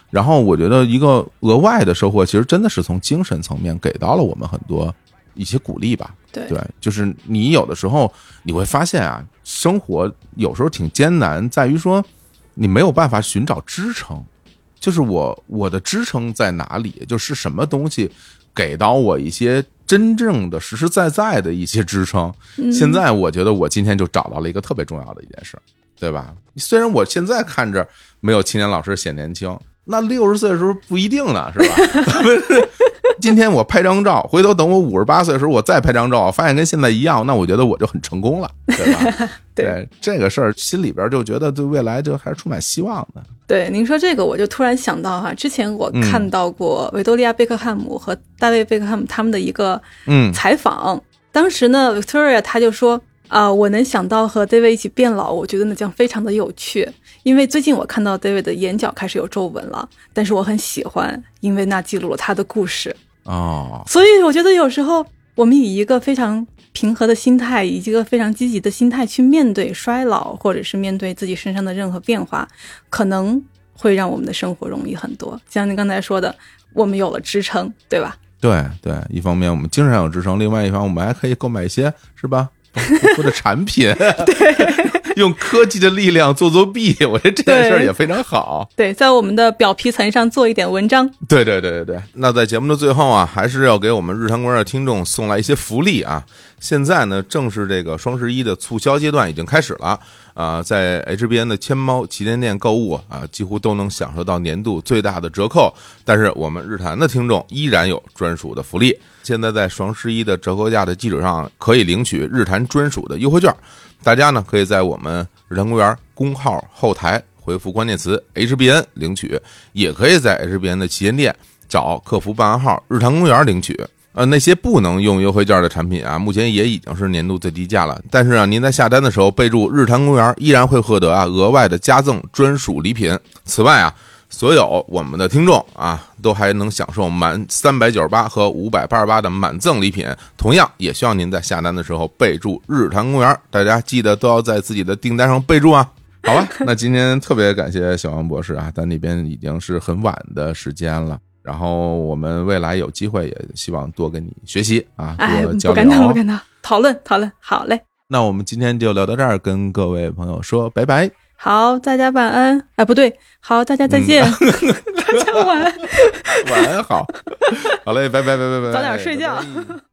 然后我觉得一个额外的收获，其实真的是从精神层面给到了我们很多一些鼓励吧。 对对，就是你有的时候你会发现啊，生活有时候挺艰难，在于说你没有办法寻找支撑，就是我我的支撑在哪里，就是什么东西给到我一些真正的实实在在的一些支撑。 嗯、 现在我觉得我今天就找到了一个特别重要的一件事，对吧？虽然我现在看着没有青年老师显年轻，那六十岁的时候不一定呢，是吧？今天我拍张照，回头等我五十八岁的时候我再拍张照，发现跟现在一样，那我觉得我就很成功了，对吧？ 对, 对这个事儿心里边就觉得对未来就还是充满希望的。 对，您说这个我就突然想到哈，之前我看到过维多利亚贝克汉姆和大卫贝克汉姆他们的一个采访，嗯、当时呢 Victoria 他就说啊、呃，我能想到和 David 一起变老，我觉得呢将非常的有趣，因为最近我看到 David 的眼角开始有皱纹了，但是我很喜欢，因为那记录了他的故事。 哦， 所以我觉得有时候我们以一个非常平和的心态，以一个非常积极的心态去面对衰老，或者是面对自己身上的任何变化，可能会让我们的生活容易很多。像您刚才说的，我们有了支撑，对吧？ 对对，一方面我们精神上有支撑，另外一方面我们还可以购买一些，是吧？不错的产品，对，用科技的力量做做弊，我觉得这件事儿也非常好。 对，在我们的表皮层上做一点文章。 对对对对对。那在节目的最后啊，还是要给我们日坛公园的听众送来一些福利啊。现在呢，正是这个双十一的促销阶段已经开始了啊、呃，在 H B N 的天猫旗舰店购物啊，几乎都能享受到年度最大的折扣。但是我们日坛的听众依然有专属的福利。现在在双十一的折扣价的基础上，可以领取日坛专属的优惠券。大家呢可以在我们日坛公园公号后台回复关键词 H B N 领取，也可以在 H B N 的旗舰店找客服办暗号日坛公园领取。呃，那些不能用优惠券的产品啊，目前也已经是年度最低价了。但是啊，您在下单的时候备注日坛公园，依然会获得啊额外的加赠专属礼品。此外啊，所有我们的听众啊，都还能享受满三百九十八和五百八十八的满赠礼品。同样，也需要您在下单的时候备注日坛公园，大家记得都要在自己的订单上备注啊。好吧，那今天特别感谢小王博士啊，咱那边已经是很晚的时间了。然后我们未来有机会也希望多跟你学习啊，多交流。不敢当，不敢当，讨论讨论，好嘞。 那我们今天就聊到这儿，跟各位朋友说拜拜。 好，大家晚安。啊，不对，好，大家再见。嗯、大家晚安。 晚安，好，好嘞，拜拜拜拜拜， 早点睡觉。 拜拜。